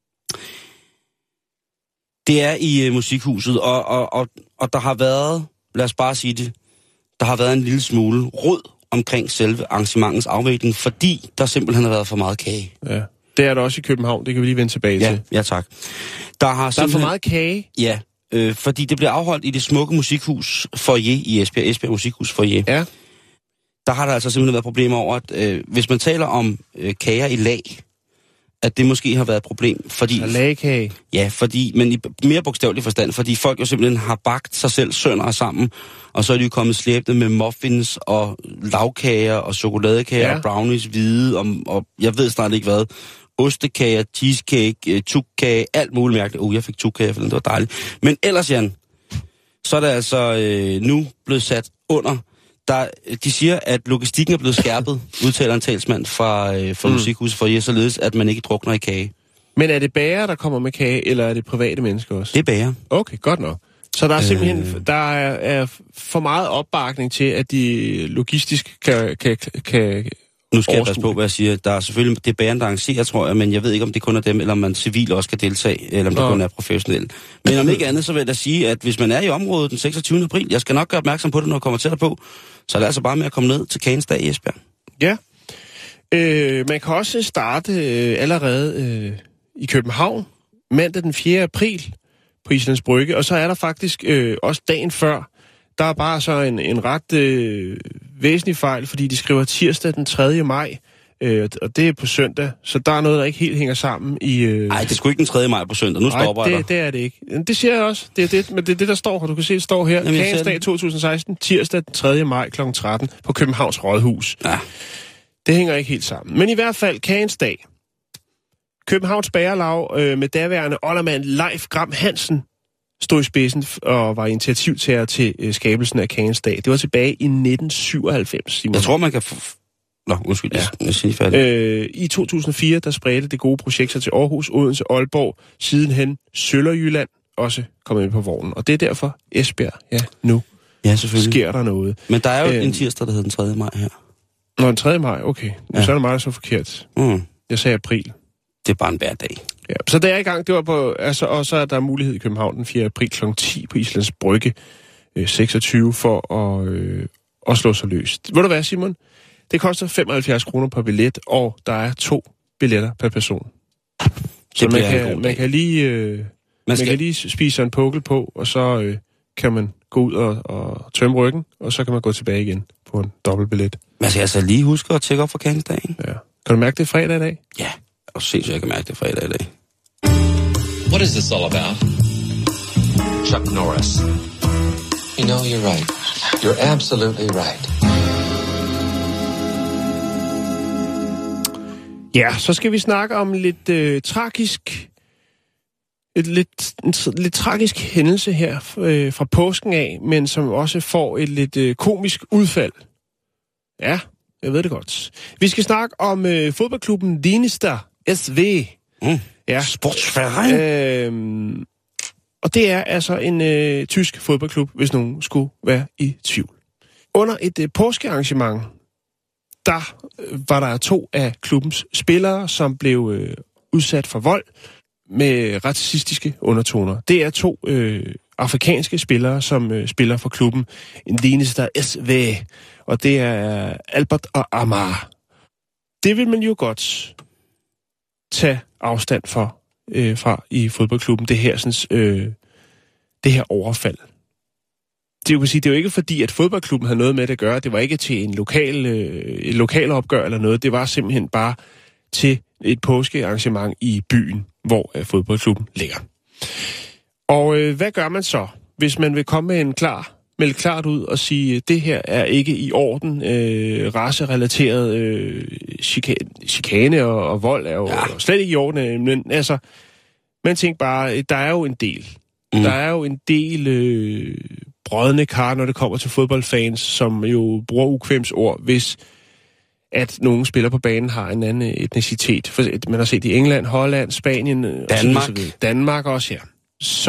Det er i musikhuset, og der har været, lad os bare sige det, der har været en lille smule rod omkring selve arrangementets afvikling, fordi der simpelthen har været for meget kage. Ja. Det er der også i København, det kan vi lige vende tilbage til. Ja, tak. Der er for meget kage? Ja, fordi det bliver afholdt i det smukke musikhus foyer i Esbjerg Musikhus foyer. Ja. Der har der altså simpelthen været problemer over, at hvis man taler om kager i lag, at det måske har været et problem, fordi... Lagkage? Ja, men i mere bogstavelig forstand, fordi folk jo simpelthen har bagt sig selv sønder sammen, og så er de jo kommet slæbende med muffins og lavkager og chokoladekager og brownies hvide, og jeg ved snart ikke hvad. Ostekager, cheesecake, tukkage, alt muligt mærkeligt. Jeg fik tukkage, for det var dejligt. Men ellers, Jan, så er det altså nu blevet sat under. De siger, at logistikken er blevet skærpet, udtaler en talsmand fra Musikhuset for således, at man ikke drukner i kage. Men er det bager, der kommer med kage, eller er det private mennesker også? Det er bager. Okay, godt nok. Så der er simpelthen der er for meget opbakning til, at de logistisk kan nu skal jeg passe på, hvad jeg siger. Der er selvfølgelig, det er bageren, der arrangerer, tror jeg, men jeg ved ikke, om det kun er dem, eller om man civil også kan deltage, eller om det kun er professionelt. Men om ikke andet, så vil jeg da sige, at hvis man er i området den 26. april, jeg skal nok gøre opmærksom på det, når jeg kommer tættere på, så er det altså bare med at komme ned til Kagens Dag i Esbjerg. Ja. Man kan også starte allerede i København, mandag den 4. april på Islands Brygge, og så er der faktisk også dagen før, der er bare så en ret væsentlig fejl, fordi de skriver tirsdag den 3. maj, og det er på søndag, så der er noget, der ikke helt hænger sammen i... Nej, det er sgu ikke den 3. maj på søndag, nu stopper jeg. Det er det ikke. Det siger jeg også, det er det, men det er det, der står her. Du kan se, det står her. Kagens Dag 2016, tirsdag den 3. maj kl. 13 på Københavns Rådhus. Ja. Det hænger ikke helt sammen. Men i hvert fald, Kagens Dag. Københavns Bagerlaug med daværende oldermand Leif Gram Hansen stod i spidsen og var initiativtager til skabelsen af Kagens Dag. Det var tilbage i 1997, Simon. Jeg tror, man kan undskyld, jeg siger færdig. I 2004, der spredte det gode projekt sig til Aarhus, Odense, Aalborg, sidenhen Sønderjylland også kommet med på vognen. Og det er derfor Esbjerg, nu sker der noget. Men der er jo en tirsdag, der hedder den 3. maj her. Nå, den 3. maj, okay. Så er det meget så forkert. Jeg sagde april. Det er bare en hverdag. Ja, så det er i gang. Det var på, og så er der mulighed i København den 4. april kl. 10 på Islands Brygge 26 for at slå sig løs. Ved du hvad, Simon? Det koster 75 kroner per billet, og der er 2 billetter per person. Så man kan lige spise en pukkel på, og så kan man gå ud og tømme ryggen, og så kan man gå tilbage igen på en dobbeltbillet. Man skal altså lige huske at tjekke op for Kagens Dag. Ja. Kan du mærke det fredag i dag? Ja, og sindssygt, jeg kan mærke det fredag i dag. What is this all about? Chuck Norris. You know, you're right. You're absolutely right. Ja, så skal vi snakke om lidt tragisk... En lidt tragisk hændelse her fra påsken af, men som også får et lidt komisk udfald. Ja, jeg ved det godt. Vi skal snakke om fodboldklubben Leinster SV. Ja. Sportsverein. Og det er altså en tysk fodboldklub, hvis nogen skulle være i tvivl. Under et påskearrangement, der var der 2 af klubbens spillere, som blev udsat for vold med racistiske undertoner. Det er 2 afrikanske spillere, som spiller for klubben Leinster SV, og det er Albert og Amar. Det vil man jo godt tage afstand fra i fodboldklubben, det her overfald. Det er jo ikke fordi, at fodboldklubben havde noget med det at gøre. Det var ikke til en lokal opgør eller noget. Det var simpelthen bare til et påskearrangement i byen, hvor fodboldklubben ligger. Og hvad gør man så, hvis man vil komme med melde klart ud og sige, det her er ikke i orden, racerelateret chikane og vold er jo slet ikke i orden, men altså, man tænker bare, der er jo en del. Der er jo en del brodne kar, når det kommer til fodboldfans, som jo bruger ukvemsord, hvis at nogle spillere på banen har en anden etnicitet. For man har set i England, Holland, Spanien, Danmark også, ja. Så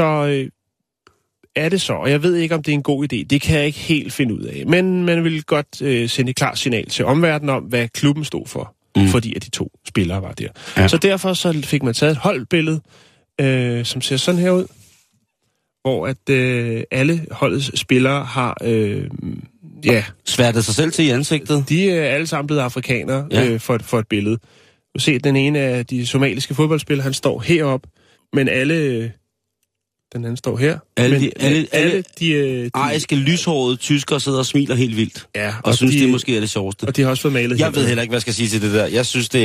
er det så, og jeg ved ikke, om det er en god idé. Det kan jeg ikke helt finde ud af. Men man vil godt sende et klart signal til omverdenen om, hvad klubben stod for, fordi at de 2 spillere var der. Ja. Så derfor så fik man taget et holdbillede, som ser sådan her ud, hvor at alle holdets spillere har sværtet sig selv til i ansigtet. De er alle sammen blevet afrikanere for et billede. Du ser, den ene af de somaliske fodboldspillere, han står heroppe, men alle... Den anden står her. Alle de ariske, lyshårede tyskere sidder og smiler helt vildt. Ja, og synes, det måske er det sjoveste. Og de har også fået malet. Jeg ved heller ikke, hvad jeg skal sige til det der. Jeg synes, det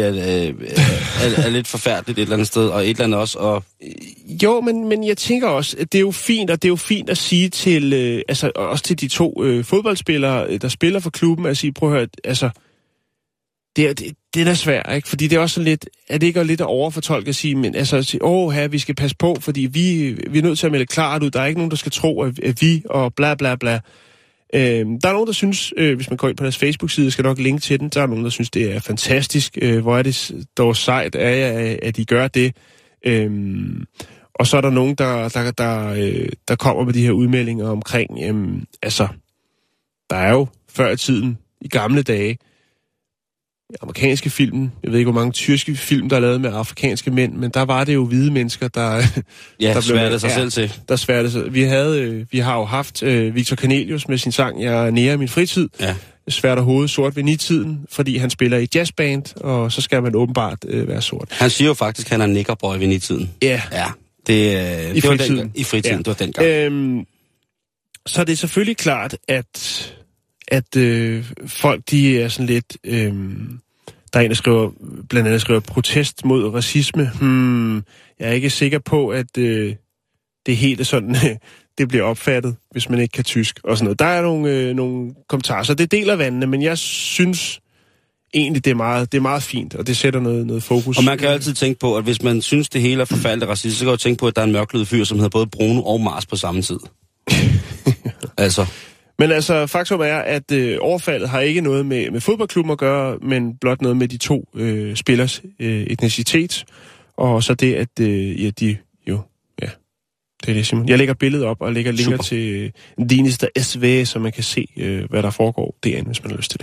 er lidt forfærdeligt et eller andet sted, og et eller andet også. Og... Jo, men jeg tænker også, at det er jo fint, og det er jo fint at sige til, også til de 2 fodboldspillere, der spiller for klubben, at sige, prøv at høre, altså, det er da svært, ikke? Fordi det er også lidt, at det ikke er lidt at overfortolke at sige, men altså, vi skal passe på, fordi vi er nødt til at melde klart ud. Der er ikke nogen, der skal tro, at vi og bla bla bla. Der er nogen, der synes, hvis man går ind på deres Facebook-side, skal nok linke til den, der er nogen, der synes, det er fantastisk. Hvor er det dog sejt, at de gør det. Og så er der nogen, der kommer med de her udmeldinger omkring, der er jo før i tiden, i gamle dage, amerikanske film, jeg ved ikke, hvor mange tyrkiske film, der er lavet med afrikanske mænd, men der var det jo hvide mennesker, der sværte sig selv til. Der sværte sig. Vi har jo haft Victor Cornelius med sin sang, Jeg er nære i min fritid. Ja. Sværter hovedet sort ved nitiden, fordi han spiller i jazzband, og så skal man åbenbart være sort. Han siger jo faktisk, at han er niggerboy ved nitiden. Ja. Ja. Det var den, i fritiden, det var dengang. Så det er selvfølgelig klart, at folk, de er sådan lidt... der er en, der blandt andet skriver protest mod racisme. Jeg er ikke sikker på, at det helt er sådan, det bliver opfattet, hvis man ikke kan tysk og sådan noget. Der er nogle kommentarer, så det deler vandene, men jeg synes egentlig, det er meget fint, og det sætter noget fokus. Og man kan altid tænke på, at hvis man synes, det hele er forfærdeligt racistisk, så kan man tænke på, at der er en mørklødet fyr, som hedder både Bruno og Mars på samme tid. Altså... Men altså, faktum er, at overfaldet har ikke noget med fodboldklubben at gøre, men blot noget med de to spillers etnicitet. Og så det, at det er det, Simon. Jeg lægger billedet op og lægger linker til Dienester SV, så man kan se, hvad der foregår derinde, hvis man har lyst til det.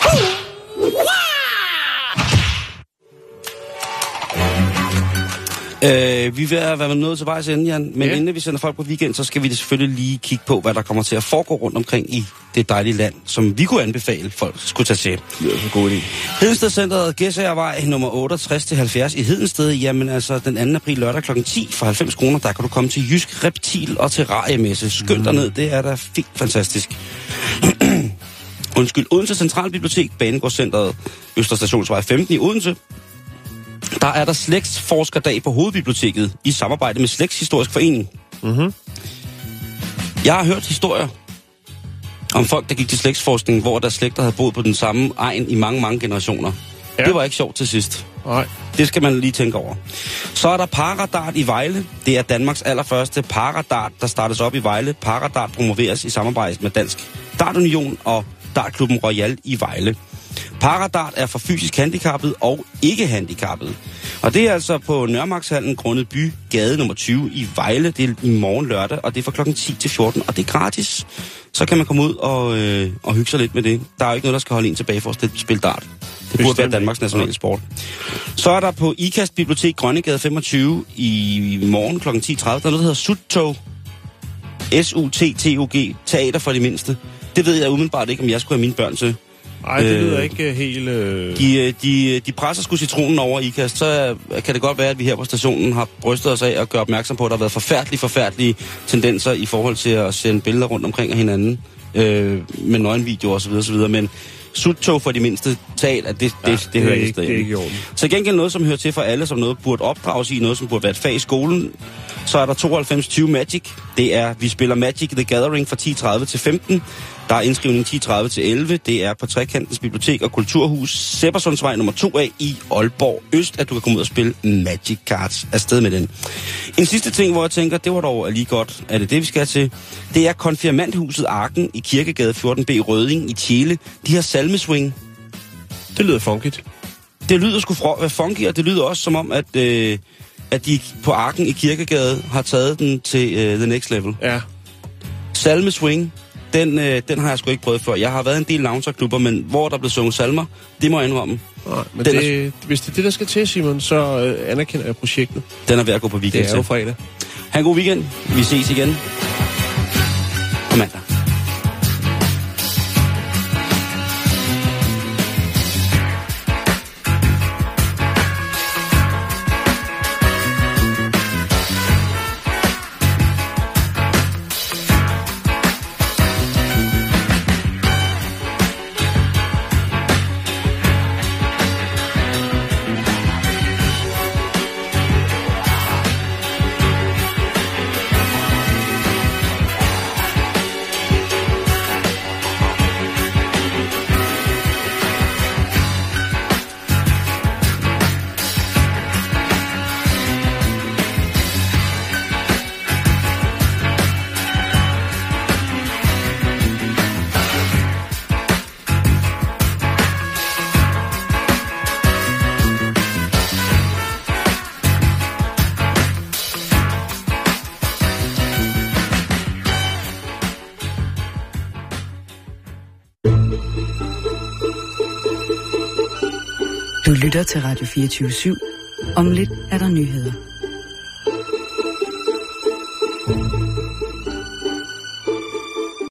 Vi vil være nået til vejs ende, Jan. Men inden vi sender folk på weekend, så skal vi selvfølgelig lige kigge på, hvad der kommer til at foregå rundt omkring i det dejlige land, som vi kunne anbefale, folk skulle tage til. Det er en god idé. Hedensted-centret, Gæsærvej, nummer 68-70 i Hedensted. Jamen altså, den 2. april lørdag kl. 10 for 90 kroner, der kan du komme til Jysk Reptil og Terrariemesse. Skynd dig ned, det er da fint fantastisk. Odense Centralbibliotek, Banegårdscentret, Østerstationsvej 15 i Odense. Der er der slægtsforskerdag på Hovedbiblioteket i samarbejde med Slægtshistorisk Forening. Mm-hmm. Jeg har hørt historier om folk, der gik til slægtsforskning, hvor deres slægter havde boet på den samme egen i mange, mange generationer. Ja. Det var ikke sjovt til sidst. Nej. Det skal man lige tænke over. Så er der Paradart i Vejle. Det er Danmarks allerførste Paradart, der startes op i Vejle. Paradart promoveres i samarbejde med Dansk Dartunion og Dartklubben Royal i Vejle. Paradart er for fysisk handicappet og ikke handicappet. Og det er altså på Nørremarkshallen, Grundet By, gade nummer 20 i Vejle. Det er i morgen lørdag, og det er fra klokken 10 til 14, og det er gratis. Så kan man komme ud og hygge sig lidt med det. Der er jo ikke noget, der skal holde en tilbage for at spille dart. Det burde være Danmarks nationale sport. Så er der på IKAST Bibliotek Grønnegade 25 i morgen klokken 10.30. Der er noget, der hedder Suttog. SUTTOG. Teater for de mindste. Det ved jeg umiddelbart ikke, om jeg skulle have mine børn til. Nej, det lyder ikke helt... De presser sgu citronen over IKAST, så kan det godt være, at vi her på stationen har brystet os af og gør opmærksom på, at der har været forfærdelige tendenser i forhold til at sende billeder rundt omkring af hinanden med nøgenvideoer osv. Men Suttog for de mindste tal, at det hører ikke det er ikke i orden. Så gengæld noget, som hører til for alle, som noget burde opdrages i, noget, som burde være et fag i skolen. Så er der 9220 Magic. Det er, vi spiller Magic The Gathering fra 10.30 til 15. Der er indskrivning 10.30 til 11. Det er på Trekantens Bibliotek og Kulturhus, Sebbersundsvej nummer 2A i Aalborg Øst, at du kan komme ud og spille Magic Cards afsted med den. En sidste ting, hvor jeg tænker, det var dog lige godt, er det vi skal til. Det er konfirmandhuset Arken i Kirkegade 14B Røding i Tjele. De har salmeswing. Det lyder funkigt. Det lyder sgu funky, og det lyder også som om, at de på Arken i Kirkegade har taget den til the next level. Ja. Salmeswing. Den har jeg sgu ikke prøvet før. Jeg har været en del loungeklubber, men hvor der er blevet sunget salmer, det må jeg indrømme. Nej, men hvis det er det, der skal til, Simon, så anerkender jeg projektet. Den er ved at gå på weekend. Det er jo fredag. Ha' en god weekend. Vi ses igen på mandag. Du lytter til Radio 24/7. Om lidt er der nyheder.